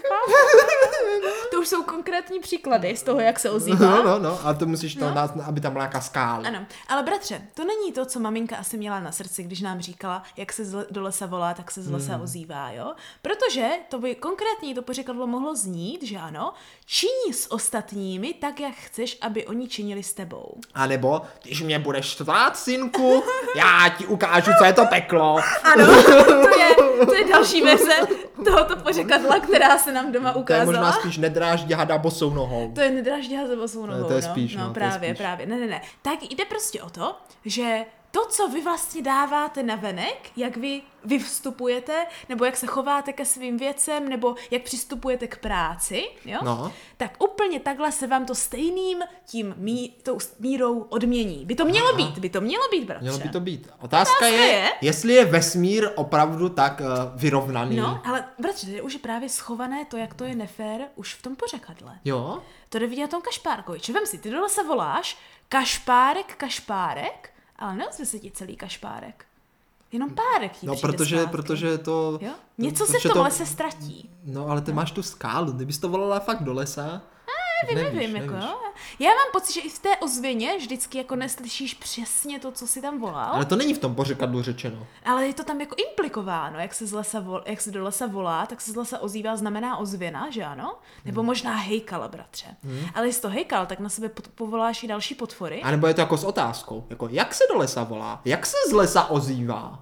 To už jsou konkrétní příklady z toho, jak se ozývá. No, no, no, a to musíš to No. dát, aby tam byla nějaká skála. Ano, ale bratře, to není to, co maminka asi měla na srdci, když nám říkala, jak se z- do lesa volá, tak se z lesa Hmm. ozývá, jo? Protože to by konkrétně to pořekadlo mohlo znít, že ano, činí s ostatními tak, jak chceš, aby oni činili s tebou. A nebo, když mě budeš štvát, synku, já ti ukážu, co je to peklo. Ano, to je, to je další verze tohoto pořekadla, která se nám doma To je ukázala. možná spíš nedráždí hada bosou nohou. To je nedraždí za svou nohou, to je no. spíš, no, no, to je právě, spíš. právě, ne, ne, ne. Tak jde prostě o to, že to, co vy vlastně dáváte na venek, jak vy, vy vstupujete, nebo jak se chováte ke svým věcem, nebo jak přistupujete k práci, jo? No. Tak úplně takhle se vám to stejným tím mí, tou mírou odmění. By to mělo Aha. být, by to mělo být, bratře. Mělo by to být. Otázka, Otázka je, je, jestli je vesmír opravdu tak uh, vyrovnaný. No, ale bratře, to je už právě schované to, jak to je nefér, už v tom pořekadle. Jo? To jde vidět na tom kašpárkovi. Či vem si, ty dole se voláš kašpárek, kašpárek, ale neozve se ti celý kašpárek. Jenom párek ti No, přijde protože, zpátky. protože to... Jo? Něco se protože v tom to- lese ztratí. No, ale ty máš tu skálu, kdybys to volala fakt do lesa, Nevím, Nevíš, nevím, jako nevíš. jo. Já mám pocit, že i v té ozvěně vždycky jako neslyšíš přesně to, co si tam volal, Ale to není v tom pořekadlu řečeno. ale je to tam jako implikováno, jak se, z lesa vol, jak se do lesa volá, tak se z lesa ozývá, znamená ozvěna, že ano? Nebo Hmm. možná hejkala, bratře. Hmm. Ale jestli to hejkal, tak na sebe pod, povoláš i další potvory. A nebo je to jako s otázkou. Jako, jak se do lesa volá? Jak se z lesa ozývá?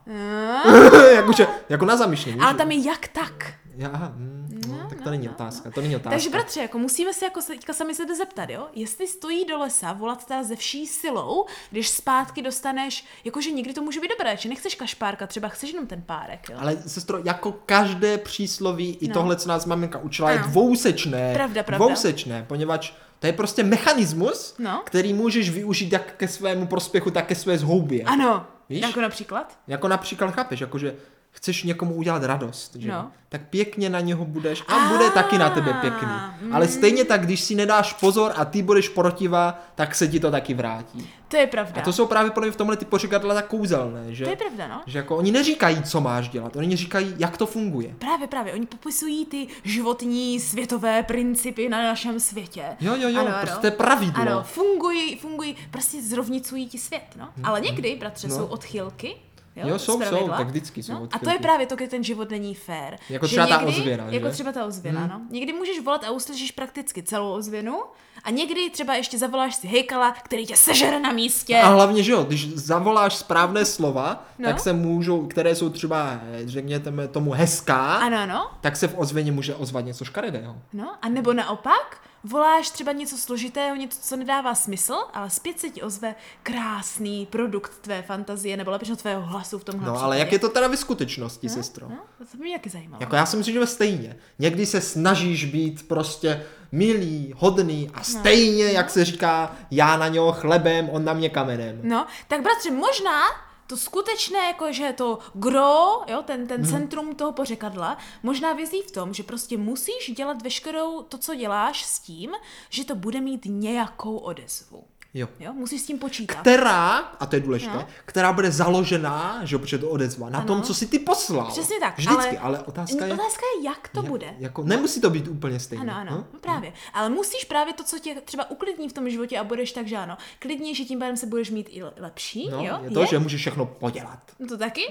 Jakože, jako na zamyšlení. Ale že? tam je jak tak. Já, hm, no, No, tak to no, není no, otázka, to není otázka. Takže bratře, jako musíme se jako se teďka sami sebe zeptat, jo? Jestli stojí do lesa volat teda ze vší silou, když zpátky dostaneš, jakože někdy to může být dobré, že nechceš kašpárka, třeba chceš jenom ten párek, jo? Ale sestro, jako každé přísloví, i No. tohle, co nás maminka učila, je Ano. dvousečné. Pravda, pravda. Dvousečné, poněvadž to je prostě mechanismus, No. který můžeš využít jak ke svému prospěchu, tak ke své zhoubě. Ano, Víš? jako například? Jako například, chápeš, jakože chceš někomu udělat radost, že? No. Tak pěkně na něho budeš a Ah, bude taky na tebe pěkný. mm. Ale stejně tak, když si nedáš pozor a ty budeš protivá, tak se ti to taky vrátí. To je pravda. A to jsou právě podle mě v tomhle ty pořekadla tak kouzelné, že? To je pravda, no. Že jako oni neříkají, co máš dělat, oni říkají, jak to funguje. Právě, právě. Oni popisují ty životní světové principy na našem světě. Jo, jo, jo, Ano, prostě ano. to je pravidlo. Ano, fungují, fungují, prostě zrovnicují ti svět, no. Ale někdy, bratře, No. jsou odchylky. Jo, Jo, jsou, z pravidla. jsou, tak vždycky jsou no. A odchylky. to je právě to, kdy ten život není fér. Jako Že třeba ta někdy, ozvěna, Jako že? třeba ta ozvěna, Hmm. no. Někdy můžeš volat a uslyšíš prakticky celou ozvěnu a někdy třeba ještě zavoláš si hejkala, který tě sežere na místě. A hlavně, že jo, když zavoláš správné slova, No. tak se můžou, které jsou třeba, řekněme tomu hezká, Ano, ano. tak se v ozvěně může ozvat něco škaredého. No, a nebo naopak, voláš třeba něco složitého, něco, co nedává smysl, ale zpět se ti ozve krásný produkt tvé fantazie, nebo lepší tvého hlasu v tomhle No, případě. ale jak je to teda ve skutečnosti, sestro? No, to by mě taky zajímalo. Jako já si myslím, že stejně. Někdy se snažíš být prostě milý, hodný a stejně, jak se říká, já na něho chlebem, on na mě kamenem. No, tak bratře, možná to skutečné, jako že to gro, jo, ten, ten Mhm. centrum toho pořekadla, možná vězí v tom, že prostě musíš dělat veškerou to, co děláš s tím, že to bude mít nějakou odezvu. Jo. Jo, musíš s tím počítat. Která, a to je důležité, No. která bude založená, že jo, protože to odezva, na Ano. tom, co si ty poslal. Přesně tak. Vždycky, ale, ale otázka je, Otázka je, jak to jak- bude. Jako, nemusí to být úplně stejné. Ano, ano, no? no právě. Ale musíš právě to, co tě třeba uklidní v tom životě a budeš tak, že ano, klidně, že tím pádem se budeš mít i le- lepší, No, jo? je to, že můžeš všechno podělat. No to taky.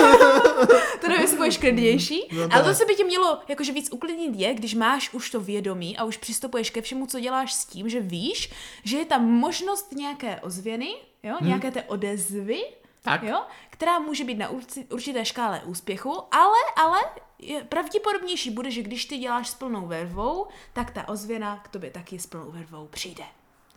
To nevím, jestli budeš klidnější. No to ale ne. to, co by tě mělo jakože víc uklidnit, je, když máš už to vědomí a už přistupuješ ke všemu, co děláš s tím, že víš, že je tam možnost nějaké ozvěny, jo? Hmm. Nějaké té odezvy, Tak. jo? Která může být na urci- určité škále úspěchu, ale, ale je pravděpodobnější bude, že když ty děláš s plnou vervou, tak ta ozvěna k tobě taky s plnou vervou přijde.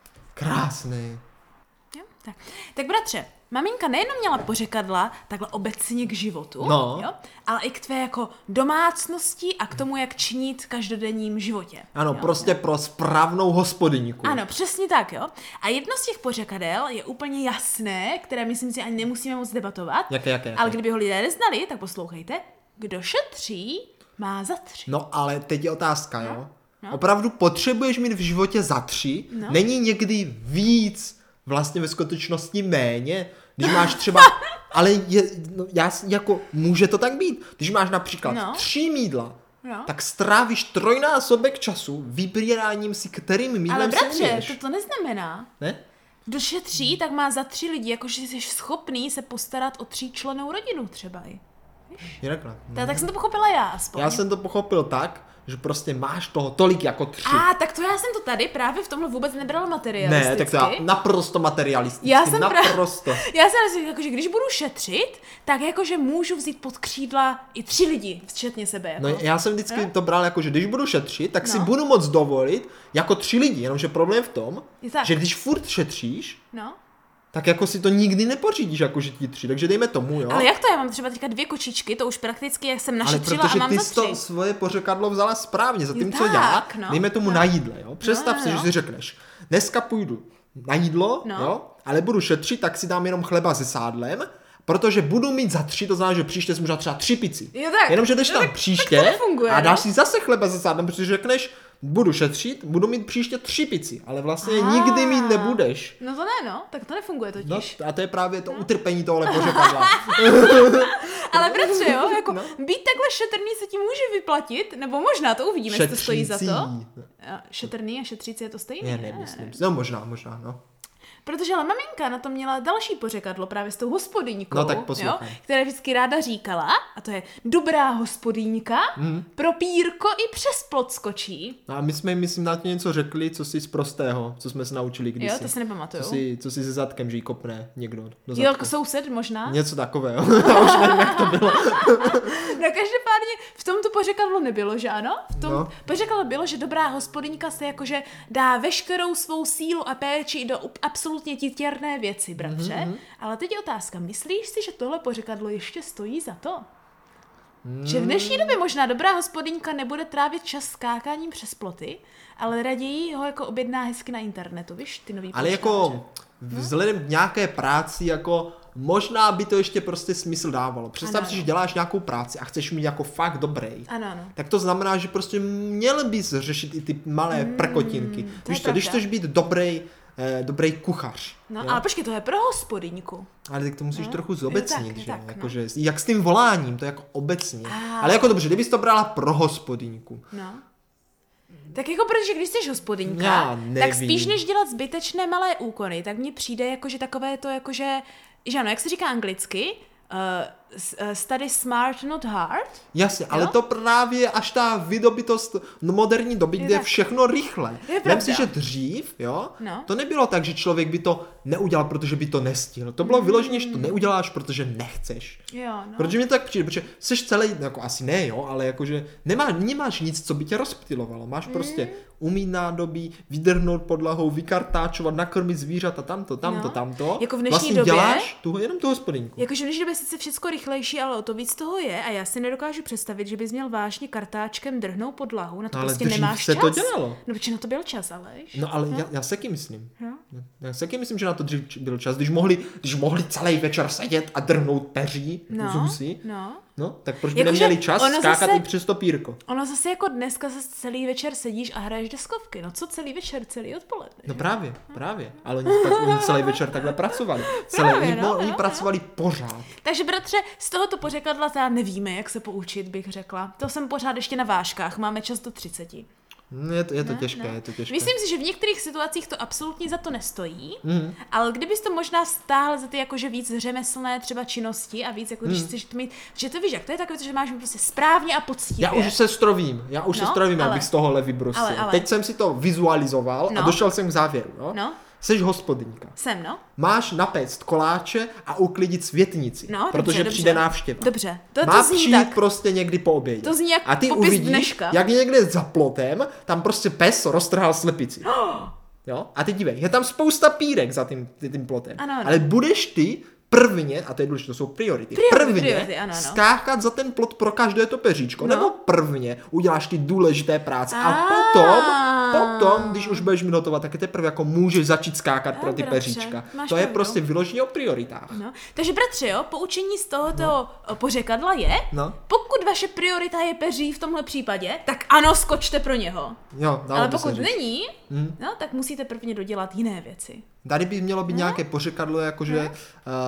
Krásný. Jo? Tak. tak bratře, maminka nejenom měla pořekadla takhle obecně k životu, No. jo? Ale i k tvé jako domácnosti a k tomu, jak činit v každodenním životě. Ano, jo? prostě pro správnou hospodyňku. Ano, přesně tak, jo. A jedno z těch pořekadel je úplně jasné, které myslím si ani nemusíme moc debatovat. Jaké, jaké, jaké? Ale kdyby ho lidé neznali, tak poslouchejte. Kdo šetří, má za tři. No ale teď je otázka, jo? No. Opravdu potřebuješ mít v životě za tři? No. Není někdy víc, vlastně ve skutečnosti méně? Když máš třeba, ale je, no, já, s- jako, může to tak být. Když máš například No. tři mídla, No. tak strávíš trojnásobek času vybíráním si, kterým mídlem Ale se bratře, uměješ. to to neznamená. Ne? Kdo šetří, tak má za tři lidi, jakože jsi schopný se postarat o tříčlennou rodinu třeba i. Je takhle. Ta, tak jsem to pochopila já aspoň. Já jsem to pochopil tak, že prostě máš toho tolik jako tři. A, tak to já jsem to tady právě v tomhle vůbec nebrala materialisticky. Ne, tak to já naprosto materialisticky, Já jsem pra- naprosto. Já jsem si jako, že když budu šetřit, tak jakože můžu vzít pod křídla i tři lidi, včetně sebe. Jako. No já jsem vždycky Ne? to bral jako, že když budu šetřit, tak si No. budu moc dovolit jako tři lidi, jenomže problém v tom, Je tak. že když furt šetříš, No. tak jako si to nikdy nepořídíš jako že ti tři, takže dejme tomu, jo. Ale jak to? Já mám třeba teďka dvě kočičky, to už prakticky, jak jsem Ale našetřila protože a mám ty za jsi tři. to svoje pořekadlo vzala správně, zatímco tak, já, no. dejme tomu No. na jídle, jo. Představ No, si, no, že no. si řekneš, dneska půjdu na jídlo, No. jo, ale budu šetřit, tak si dám jenom chleba se sádlem, protože budu mít za tři, to znamená, že příště si možná třeba tři pici. Jo, tak. Jenomže jdeš No, tam tak- tak příště to nefunguje, a dáš no. si zase chleba se sádlem, protože řekneš, budu šetřit, budu mít příště tři pici, ale vlastně Ah. nikdy mít nebudeš. No to ne, no, tak to nefunguje totiž. No, a to je právě to utrpení tohle pořekadla. Ale bratře, jo, jako No. být takhle šetrný se ti může vyplatit, nebo možná to uvidíme, jestli to stojí za to. Šetřící. A šetrný a šetřící je to stejný, Já ne? nemyslím. No možná, možná, no. Protože ale maminka na to měla další pořekadlo právě s tou hospodyňkou, No tak jo, poslouchej. která vždycky ráda říkala, a to je dobrá hospodyňka, Mhm. pro pírko i přes plot skočí. No a my jsme jim, myslím, na to něco řekli, co si z prostého, co jsme se naučili kdysi. Jo, to si nepamatuju. Co si, co si se zadkem, že jí kopne někdo do Jo, zadku. jako soused možná. Něco takového. Já už nevím, jak to bylo. No každopádně v tomto pořekadlo nebylo, že ano? V tom No. pořekadlo bylo, že dobrá hospodyňka se jakože dá veškerou svou sílu a péči do up- absolutně titěrné věci, bratře. Mm-hmm. Ale teď je otázka, myslíš si, že tohle pořekadlo ještě stojí za to? Mm. Že v dnešní době možná dobrá hospodyňka nebude trávit čas skákáním přes ploty, ale raději ho jako objedná hezky na internetu, víš, ty nový Ale jako vzhledem k nějaké práci, jako možná by to ještě prostě smysl dávalo. Představ Ano, si, ano. že děláš nějakou práci a chceš mít jako fakt dobrý. Ano, ano. Tak to znamená, že prostě měl bys řešit i ty malé mm, prkotinky. to Víš je co, když pravda. chceš být dobrý, eh, dobrý kuchař. No, jo? ale počkej, to je pro hospodyňku. Ale tak to musíš No, trochu je zobecnit, tak, je že? tak, no. Jakože, jak s tím voláním, to je jako obecně. A. Ale jako dobře, kdybys to brala pro hospodyňku. No. Tak jako protože když jsi hospodyňka, Já tak nevím. spíš než dělat zbytečné malé úkony, tak mně přijde jako, že takové to jako, že, že ano, jak se říká anglicky, uh, study smart, not hard. Jasně, ale Jo? to právě až ta vydobitost no, moderní doby, Je kde je tak. všechno rychle. Je Vem pravda. si, že dřív, jo, No. to nebylo tak, že člověk by to neudělal, protože by to nestihl. To bylo vyloženě, že to neuděláš, protože nechceš. Jo, no. Protože mi to tak přijde, protože jsi celý, jako asi ne, jo, ale jakože nemá, nemáš nic, co by tě rozptylovalo. Máš prostě Mm. umít nádobí, vydrhnout podlahou, vykartáčovat, nakrmit zvířata, tamto, tamto, No. tamto. Jako v dnešní vlastně době- děláš tu, jenom tu hospodyňku. Jakože v dnešní době je sice všechno rychlejší, ale o to víc toho je a já si nedokážu představit, že bys měl vážně kartáčkem drhnout podlahu, na to No, ale prostě dřív nemáš se čas. to dělalo. No, protože na to byl čas, ale. No ale já, já se taky myslím. Jo? Já se taky myslím, že na to dřív byl čas, když mohli, když mohli celý večer sedět a drhnout peří No, z husy. no. No, tak proč by Jakože neměli čas ono skákat zase- i přes to pírko? Ono zase jako dneska zase celý večer sedíš a hraješ deskovky. No co celý večer, celý odpoledne. No právě, právě. Ale oni, tak, oni celý večer takhle pracovali. Celý, Právě, oni, no, oni jo, pracovali pořád. Takže bratře, z tohoto pořekadla teda nevíme, jak se poučit, bych řekla. To jsem pořád ještě na vážkách, máme čas do třiceti. No, je to, je to No, těžké, no. je to těžké. Myslím si, že v některých situacích to absolutně za to nestojí, Mhm. ale kdybys to možná stáhl za ty jakože víc řemeslné třeba činnosti a víc jako když Mhm. chceš to mít, že to víš, jak to je takové, že máš mít prostě správně a poctivě. Já už se strovím, já už No, se strovím, ale- abych z tohohle vybrusil. ale- ale- Teď jsem si to vizualizoval No. a došel jsem k závěru. Jo? No, Jseš hospodyňka. jsem, no. Máš napéct koláče a uklidit světnici, No, protože dobře, přijde dobře. návštěva. Dobře, to, Má to zní přijít tak. prostě někdy po obědě. To zní jak a ty popis uvidíš, dneška. jak někde za plotem, tam prostě pes roztrhal slepici. Jo? A teď dívej, je tam spousta pírek za tím, tím plotem. Ano, ano. Ale budeš ty prvně, a to je důležité, to jsou priority, Priority, prvně priority, ano, ano. skákat za ten plot pro každé to peříčko, No. nebo prvně uděláš ty důležité práce a Ah. potom, potom, když už budeš mít hotovat, tak teprve jako můžeš začít skákat pro ty bratře, peříčka. máš To je pravdu. prostě vyloženě o prioritách. No. Takže bratře, jo, poučení z tohoto no. pořekadla je, No. pokud vaše priorita je peří v tomhle případě, tak ano, skočte pro něho. Jo, dalo Ale by se pokud říct. není, Mhm. no, tak musíte prvně dodělat jiné věci. Tady by mělo být nějaké pořekadlo, jakože uh,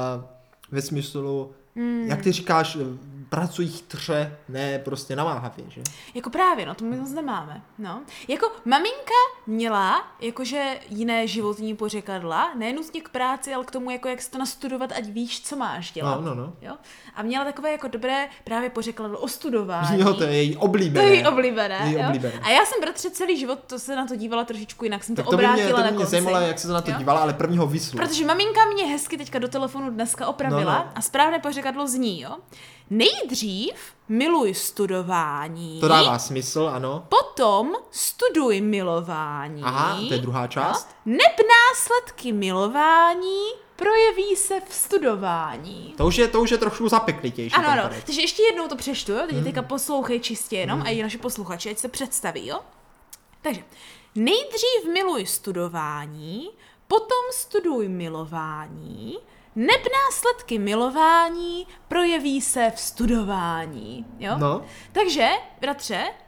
ve smyslu, jak ty říkáš, eh, pracuj chytře, ne prostě namáhavě, že? Jako právě, no, to my zase nemáme, no. Jako maminka měla, jakože jiné životní pořekadla, nenutně k práci, ale k tomu, jako jak si to nastudovat, ať víš, co máš dělat. No, no, no. Jo? A měla takové jako dobré právě pořekadlo o studování. Jo, to je její To oblíbené. je její oblíbené, Její jo? oblíbené. A já jsem bratře celý život to se na to dívala trošičku jinak, jsem Tak to to by mě, obrátila to by na mě konci. zajímalo, jak se na to Jo? dívala, ale prvního vyslu. Protože maminka mě hezky teďka do telefonu dneska opravila No, no. a správné pořekadlo zní, jo. Nejdřív miluj studování, To dává smysl, ano. potom studuj milování. Aha, to je druhá část. Jo? Neb následky milování projeví se v studování. To už je, to už je trošku zapeklitější. Ano, ten ano. konec. Takže ještě jednou to přečtu, jo? Teď Mhm. teďka poslouchej čistě jenom a i naše posluchači, ať se představí, jo? Takže, nejdřív miluj studování, potom studuj milování, neb následky milování projeví se v studování, jo? No. Takže, bratře, jo?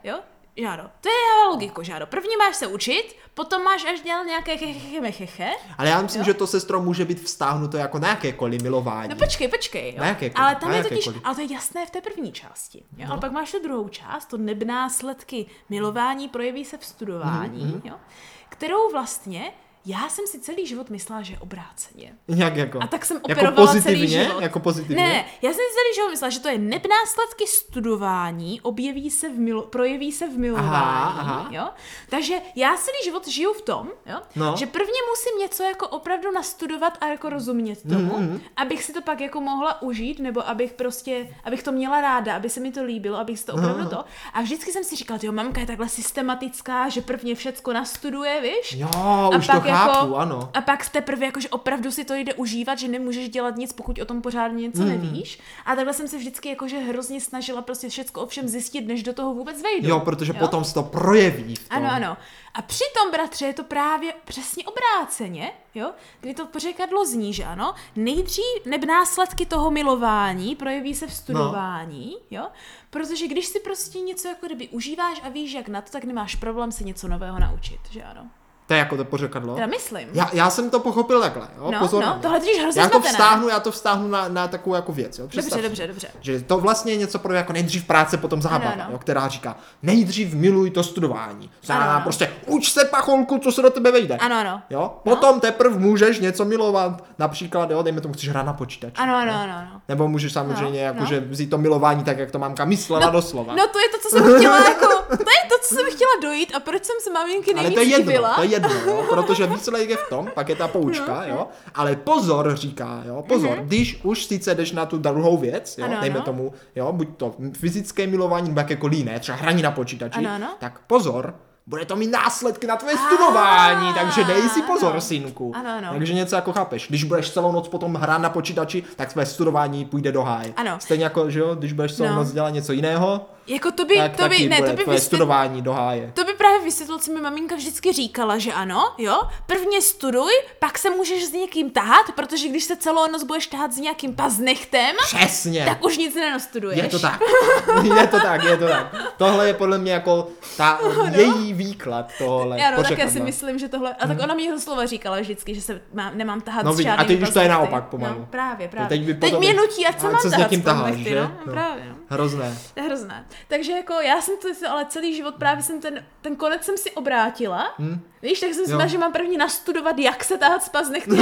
Že ano, to je logiko, že ano. První máš se učit, potom máš až dělat nějaké chechechecheche. Ale já myslím, jo? že to, sestro, může být vztáhnuto jako na jakékoliv milování. No počkej, počkej. Jo. Na jakékoliv, ale tam na je totiž, jakékoliv. ale to je jasné v té první části. Jo? No. Ale pak máš tu druhou část, to nebnásledky milování projeví se v studování, mm, mm. Jo? Kterou vlastně já jsem si celý život myslela, že je obráceně. Jak jako? A tak jsem jako operovala pozitivně? celý život. Jako pozitivně? Ne, já jsem si celý život myslela, že to je nebnásledky studování, objeví se v milo, projeví se v milování. Aha, aha. Jo? Takže já celý život žiju v tom, jo? No. Že prvně musím něco jako opravdu nastudovat a jako rozumět tomu, mm-hmm. abych si to pak jako mohla užít, nebo abych prostě, abych to měla ráda, aby se mi to líbilo, abych si to opravdu to. A vždycky jsem si říkala, jo, mamka je takhle systematická, že prvně všecko nastuduje, víš? Jo, a už pak to chápu, jako, ano. A pak teprve jako, že opravdu si to jde užívat, že nemůžeš dělat nic, pokud o tom pořádně něco mm. nevíš. A takhle jsem se vždycky jakože hrozně snažila prostě všecko o všem zjistit, než do toho vůbec vejdu. Jo, protože jo? potom se to projeví v tom. Ano, ano. A přitom, bratře, je to právě přesně obráceně, jo? Kdy to pořekadlo zní, že ano, nejdřív nebnásledky toho milování projeví se v studování, no. Jo? Protože když si prostě něco jako kdyby užíváš a víš, jak na to, tak nemáš problém se něco nového naučit, že ano. To je jako to pořekadlo. Já myslím. Já, já jsem to pochopil takhle, jo, no, pozor. No, tohle totiž hrozně já to zmatené. vztáhnu, já to vztáhnu na, na takovou jako věc, jo. Představ dobře, si, dobře, dobře. Že to vlastně je něco pro jako nejdřív práce, potom zábava, ano, ano. Jo, která říká, nejdřív miluj to studování. Znamená ano. prostě uč se, pacholku, co se do tebe vejde. Ano, ano. Jo? Potom no. teprv můžeš něco milovat, například, jo, dejme tomu, chceš hrát na počítači. Ano, ano, ano, ano. Nebo můžeš samozřejmě no, jakože no. vzít to milování tak, jak to mamka myslela no, doslova. No to je to, co jsem chtěla jako, to je to, co jsem chtěla dojít a proč jsem se maminky nejvíc Ale to je jedno, divila. to je jedno, jo, protože výsledek je v tom, pak je ta poučka, no, jo, ale pozor říká, jo, pozor, mm-hmm. když už sice jdeš na tu druhou věc, jo, ano, dejme ano. tomu, jo, buď to fyzické milování, nebo jakékoliv jiné, třeba hraní na počítači, ano, ano. tak pozor, bude to mít následky na tvoje studování, takže dej si pozor, ano. synku. Ano, ano. Takže něco jako chápeš, když budeš celou noc potom hrát na počítači, tak tvé studování půjde do háje. Ano. Stejně jako, že jo, když budeš celou no. noc dělat něco jiného, jako to by, tak to by, taky ne, bude to by tvoje vysvětl... studování do háje. To by právě vysvětlil, co mi maminka vždycky říkala, že ano, jo, prvně studuj, pak se můžeš s někým tahat, protože když se celou noc budeš tahat s nějakým paznechtem, přesně, tak už nic nenastuduješ. Je to tak, je to tak, je to tak. Tohle je podle mě jako ta no. její výklad tohle. Já no, také si myslím, že tohle, a tak ona mi slova říkala vždycky, že se má, nemám tahat no, s žádným. A teď už to je naopak pomalu. No, právě, právě. Teď, teď potom... mě nutí, ať se mám tahat s tím taháš, že? no, no. Právě, no. Hrozné. To je hrozné. Takže jako já jsem to, ale celý život právě jsem ten, ten konec jsem si obrátila. Hmm. Víš, tak jsem si myslela, že mám první nastudovat, jak se tahat z paznechty.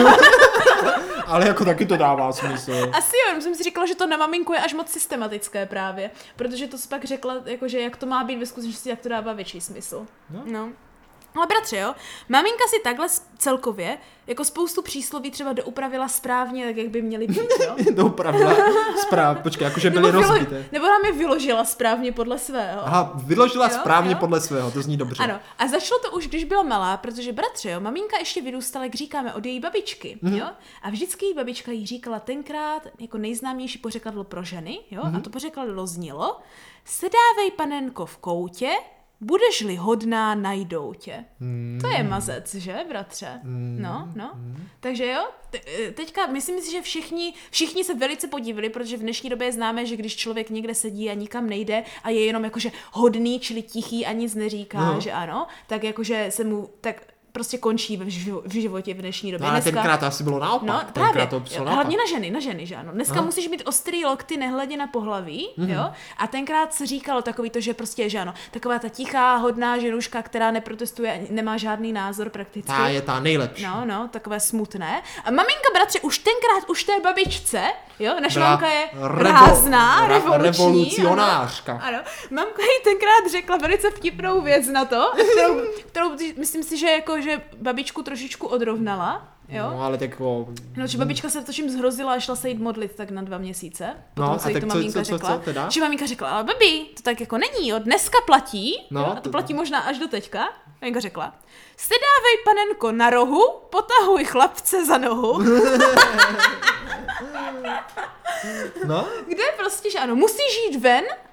Ale jako taky to dává smysl. Asi jo, jsem si říkala, že to na maminku je až moc systematické právě. Protože to si pak řekla, jakože jak to má být ve skutečnosti, jak to dává větší smysl. No. no. Ale bratře, jo, maminka si takhle celkově jako spoustu přísloví třeba doupravila správně, tak jak by měly být, jo? doupravila správně, počkej, jakože byly vylo... rozbité. Nebo nám je vyložila správně podle svého. Aha, vyložila jo, správně jo? podle svého, to zní dobře. Ano, a začalo to už, když byla malá, protože bratře, jo, maminka ještě vyrůstala, jak říkáme, od její babičky, mm-hmm. jo? A vždycky její babička jí říkala tenkrát jako nejznámější pořekadlo pro ženy, jo? Mm-hmm. A to pořekadlo znělo: sedávej, panenko, v koutě, budeš-li hodná, najdou tě. Hmm. To je mazec, že, bratře? Hmm. No, no. Hmm. Takže jo, te- teďka myslím si, že všichni, všichni se velice podívali, protože v dnešní době je známé, že když člověk někde sedí a nikam nejde a je jenom jakože hodný, čili tichý a nic neříká, no. že ano, tak jakože se mu, tak prostě končí v, živo- v životě v dnešní době. No, ale Dneska... tenkrát asi bylo naopak. No, tenkrát právě. to psalo Hlavně naopak. na ženy, na ženy, že ano. Dneska Aha. musíš mít ostrý lokty nehledě na pohlaví, mm-hmm. jo. A tenkrát se říkalo takový to, že prostě, že ano, taková ta tichá, hodná ženuška, která neprotestuje, nemá žádný názor prakticky. Ta je ta nejlepší. No, no, takové smutné. A maminka, bratře, už tenkrát, už té babičce, jo, naše Byla mamka je revo- rázná, re- revoluční. revolucionářka. Ano, ano. Mamka jí tenkrát řekla velice vtipnou věc na to, kterou, kterou myslím si, že jako, že babičku trošičku odrovnala. Jo? No, ale tak jako... No, že babička se točím zhrozila a šla se jít modlit tak na dva měsíce. Potom, No, co a jí tak to co- maminka co- co- řekla. co teda? Že maminka řekla, ale babi, to tak jako není, jo, dneska platí, No, jo, a to to- platí možná až do teďka. Maminka řekla, sedávej, panenko, na rohu, potahuj chlapce za nohu. No? Kde prostě, že ano, musíš jít ven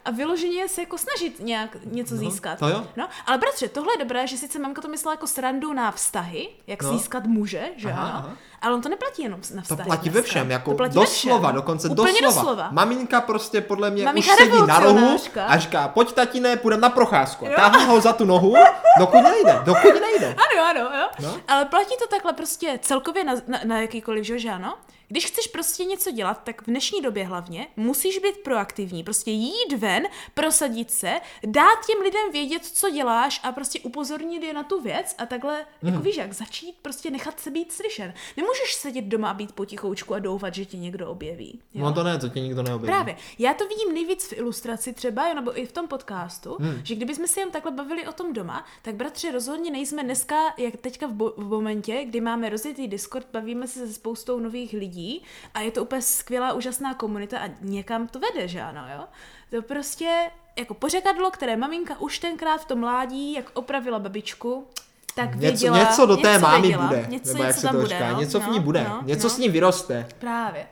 a vyloženě se jako snažit nějak něco no, získat. To jo. No, ale bratře, tohle je dobré, že sice mamka to myslela jako srandu na vztahy, jak no. získat muže, že aha, ano, aha. ale on to neplatí jenom na vztahy. To platí dneska. ve všem, jako to platí doslova, ve všem. dokonce Úplně doslova. doslova. Maminka prostě podle mě Maminka už sedí na rohu revolucionářka. a říká, pojď tatine, půjdem na procházku. Táhne ho za tu nohu, dokud nejde, dokud nejde. Ano, ano, jo. No. Ale platí to takhle prostě celkově na, na, na jakýkoliv, že ano? Když chceš prostě něco dělat, tak v dnešní době hlavně musíš být proaktivní, prostě jít ven, prosadit se, dát těm lidem vědět, co děláš a prostě upozornit je na tu věc a takhle, mm. jako víš jak, začít prostě nechat se být slyšen. Nemůžeš sedět doma a být potichoučku a doufat, že tě někdo objeví. Jo? No to ne, to tě nikdo neobjeví. Právě. Já to vidím nejvíc v ilustraci třeba, jo, nebo i v tom podcastu, hmm. že kdybychom si jen takhle bavili o tom doma, tak bratři rozhodně nejsme dneska, jak teďka v, bo- v momentě, kdy máme rozjetý Discord, bavíme se se spoustou nových lidí a je to úplně skvělá, úžasná komunita a někam to vede, že ano, jo? To prostě jako pořekadlo, které maminka už tenkrát v tom mládí, jak opravila babičku, tak věděla, něco, něco do té něco mámy věděla, bude, něco, nebo jak něco se tam to bude, říká, no, něco v ní no, bude, no, něco no. s ní vyroste. Právě.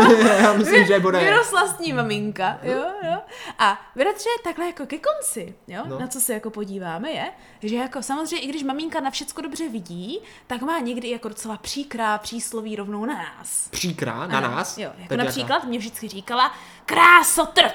Já myslím, že bude. Vyrostla s ní maminka, jo, jo. A bratře, takhle jako ke konci, jo, no. na co se jako podíváme je, že jako samozřejmě, i když maminka na všecko dobře vidí, tak má někdy jako docela příkrá přísloví rovnou na nás. Příkrá? Na ano, nás? Jo, jako Teď například jaká? mě vždycky říkala krásotrp.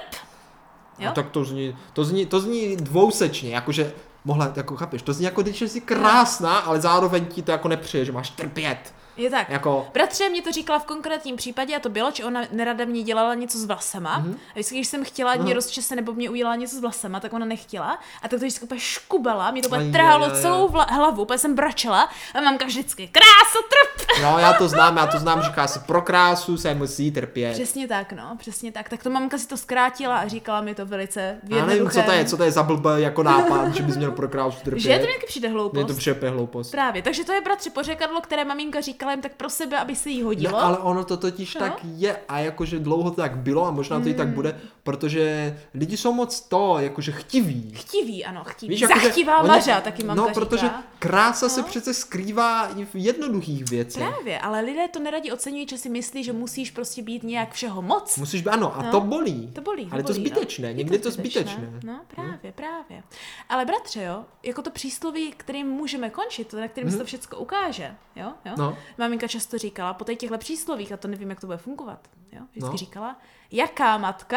Jo? No, tak to zní, to zní, to zní dvousečně, jakože mohla, jako chápeš, to zní jako když jsi krásná, ale zároveň ti to jako nepřeje, že máš trpět. Je tak. Jako... Bratře mě to říkala v konkrétním případě a to bylo, že ona nerada mě dělala něco s vlasama. Mm-hmm. A vždycky, když jsem chtěla mě rozčese nebo mě udělala něco s vlasama, tak ona nechtěla. A tak to vždycky úplně škubala, mě to úplně trhalo celou vla- hlavu, úplně jsem bračela a mamka vždycky krásotrp. No, já to znám, já to znám, říká se pro krásu se musí trpět. Přesně tak, no, přesně tak. Tak to mamka si to zkrátila a říkala mi to velice v Já nevím, co to je, co to je za blbé jako nápad, že bys měl pro krásu trpět. Že to mi taky přijde hloupost. Mně to přijde hloupost. Právě, takže to je bratře pořekadlo, které maminka říkala jim tak pro sebe, aby se jí hodilo. No, ale ono to totiž no. tak je a jakože dlouho to tak bylo a možná to i tak bude, protože lidi jsou moc to, jakože chtiví. Chtiví, ano, chtiví. Víš, jakože Zachtivá oni, maža, taky mamka No, říká. protože krása no. se přece skrývá i v jednoduchých věcech. Právě, ale lidé to neradi oceňují, že si myslí, že musíš prostě být nějak všeho moc. Musíš být, ano, a no. to bolí. To bolí, ale to to bolí, zbytečné, no. někdy je to zbytečné. zbytečné. No, právě, hmm. právě. Ale bratře, jo, jako to přísloví, kterým můžeme končit, to, na kterým hmm. se to všecko ukáže, jo, jo. No. Maminka často říkala, po těchto příslovích, a to nevím, jak to bude fungovat, jo, vždycky no. říkala, jaká matka,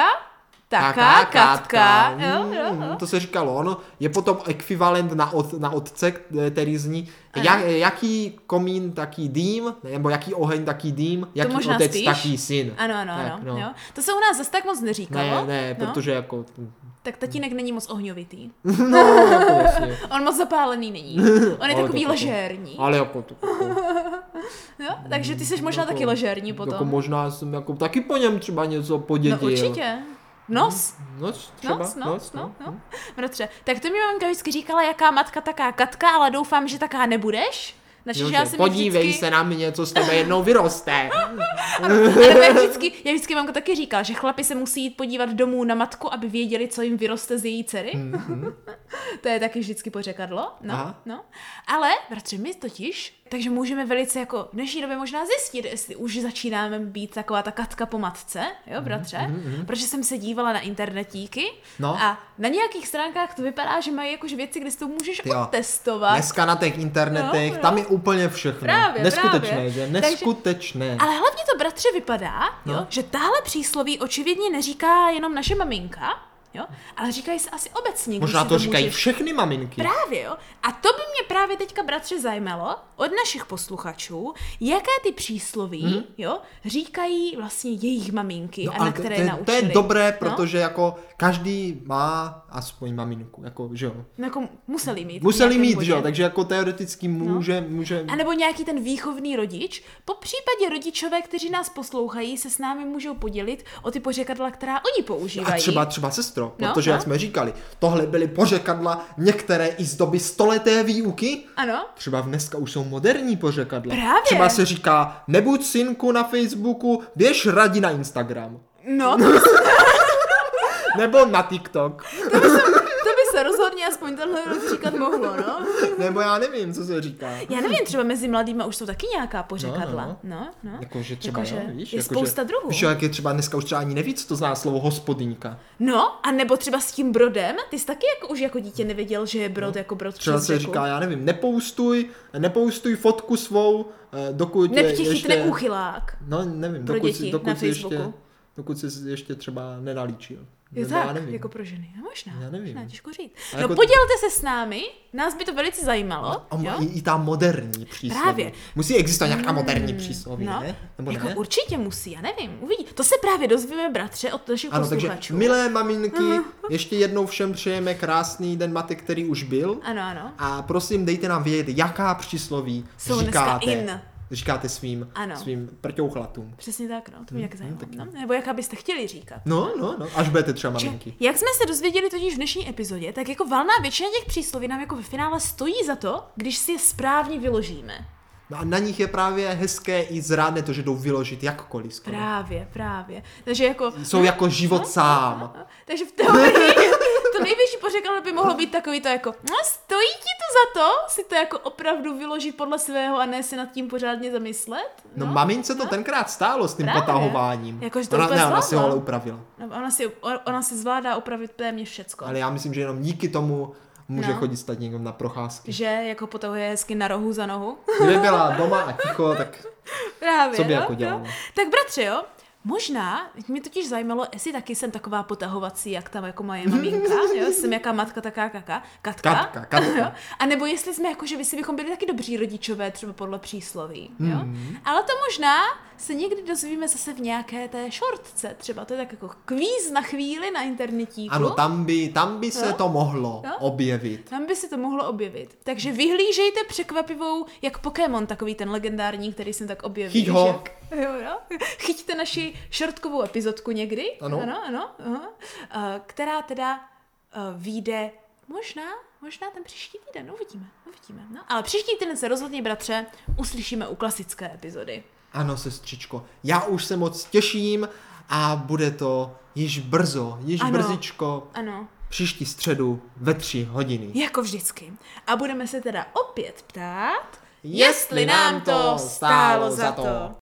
taká katka. Jo, jo, jo. To se říkalo, ono je potom ekvivalent na, od, na otce, který zní, jak, jaký komín, taký dým, nebo jaký oheň, taký dým, jaký otec, spíš. taký syn. Ano, ano, tak, ano. no. Jo. To se u nás zase tak moc neříkalo. Ne, ne, no. protože jako... Tak tatínek není moc ohňovitý. No, jako vlastně. On moc zapálený není. On je Ale takový to, ležérní. Ale jako to... Jo? Takže ty jsi možná jako, taky ležérní potom. Jako možná jsem jako taky po něm třeba něco podědil. No určitě. Nos. Nos třeba. Nos, no, nos, no, no. Bratře, tak to mi maminka vždycky říkala, jaká matka, taká katka, ale doufám, že taká nebudeš. Jo, já podívej vždycky... se na mě, co z tebe jednou vyroste. A nebo jak vždycky, já vždycky mamka taky říkala, že chlapi se musí jít podívat domů na matku, aby věděli, co jim vyroste z její dcery. Mm-hmm. To je taky vždycky pořekadlo. No, no. Ale, bratře, my totiž, takže můžeme velice jako v dnešní době možná zjistit, jestli už začínáme být taková ta katka po matce, jo, bratře? Mm-hmm. Protože jsem se dívala na internetíky no. a na nějakých stránkách to vypadá, že mají jakož věci, kde si to můžeš jo. otestovat. Dneska na těch internetech, no, no. tam je úplně všechno. Právě, Neskutečné, právě. že? Neskutečné. Takže, ale hlavně to, bratře, vypadá, no. jo, že tahle přísloví očividně neříká jenom naše maminka, jo, ale říkají se asi obecně. Možná to, to říkají můžeš... všechny maminky. Právě, jo. A to by mě právě teďka, bratře, zajímalo od našich posluchačů, jaké ty přísloví, hmm. jo, říkají vlastně jejich maminky no, a na které to je, naučili. To je dobré, protože no? jako každý má aspoň maminku, jako, že jo. No, jako museli mít. Museli mít, že jo, takže jako teoreticky může, no. může... A nebo nějaký ten výchovný rodič. Po případě rodičové, kteří nás poslouchají, se s námi můžou podělit o ty pořekadla, která oni používají. A třeba, třeba sestro, no, protože no. jak jsme říkali, tohle byly pořekadla některé i z doby stoleté výuky. Ano. Třeba dneska už jsou moderní pořekadla. Právě. Třeba se říká, nebuď synku na Facebooku, běž radi na Instagram. No. Nebo na TikTok. To by se, to by se rozhodně aspoň tenhle příklad mohlo, no. Nebo já nevím, co se říká. Já nevím, třeba mezi mladýma už jsou taky nějaká pořekadla. No, no, no. no. Jako, že třeba, jako, jo, že víš, je jako, spousta že, druhů. Víš, jak je třeba dneska už třeba ani neví, co to zná slovo hospodyňka. No, a nebo třeba s tím brodem, ty jsi taky jako už jako dítě nevěděl, že je brod no. jako brod třeba přes se řeku. říká, já nevím, nepoustuj, nepoustuj fotku svou, dokud Neb tě ještě... chytne úchylák. No, nevím, pro dokud, děti si, dokud, na si ještě, Facebooku. dokud jsi ještě třeba nenalíčil. Jo Nebo tak, já nevím. jako pro ženy. No možná, Já nevím. možná, těžko říct. A No jako- podělte se s námi, nás by to velice zajímalo. A jo? i, i ta moderní přísloví. Právě. Musí existovat nějaká moderní přísloví, No, ne? Nebo jako ne? určitě musí, já nevím, uvidí. To se právě dozvíme, bratře, od našich Ano, takže posluchačů. milé maminky, ještě jednou všem přejeme krásný den matek, který už byl. Ano, ano. A prosím, dejte nám vědět, jaká přísloví Jsou dneska říkáte, in. říkáte svým, Ano. svým prťouchlatům. Přesně tak, no, to mě jak zajímalo. tak No? Nebo jaká byste chtěli říkat. No, no, no, až budete třeba Že, maminky. jak jsme se dozvěděli totiž v dnešní epizodě, tak jako valná většina těch přísloví nám jako ve finále stojí za to, když si je správně vyložíme. No a na nich je právě hezké i zrádné to, že jdou vyložit jakkoliv skoro. Právě, právě. Takže jako... Jsou jako život sám. Takže v teorii to největší pořekadlo by mohlo být takový to jako, no stojí ti to za to si to jako opravdu vyložit podle svého a ne si nad tím pořádně zamyslet? No, no mamince to tenkrát stálo s tím Právě. potahováním. Jakože to ona, úplně ne, ona si ho zvládla. ale upravila. No, ona, si, ona si zvládá opravit téměř všecko. Ale já myslím, že jenom díky tomu může No. chodit stát někdo na procházky. Že jako potahuje hezky na rohu za nohu. Kdyby byla doma a ticho, tak Právě, co by no, jako no. dělala? Tak bratře, jo, možná, mě totiž zajímalo, jestli taky jsem taková potahovací, jak tam jako moje maminka, jo, jsem jaká matka, taká kaka, katka. Katka, katka. Jo? A nebo jestli jsme jako, že by si bychom byli taky dobří rodičové, třeba podle přísloví, jo. Hmm. Ale to možná se někdy dozvíme zase v nějaké té šortce, třeba to je tak jako kvíz na chvíli na internetíku. Ano, tam by, tam by se No. to mohlo No. objevit. Tam by se to mohlo objevit. Takže vyhlížejte překvapivou, jak Pokémon, takový ten legendární, který jsem tak objevil. Chyť ho. Že- Jo, jo. Chyťte naši šortkovou epizodku někdy. Ano. Ano, ano. Aha. Uh, která teda uh, vyjde možná, možná ten příští týden. Uvidíme, uvidíme. No, ale příští týden se rozhodně, bratře, uslyšíme u klasické epizody. Ano, sestřičko. Já už se moc těším a bude to již brzo, již Ano. brzičko. Ano. Příští středu ve tři hodiny. Jako vždycky. A budeme se teda opět ptát, Jestli nám to stálo za to.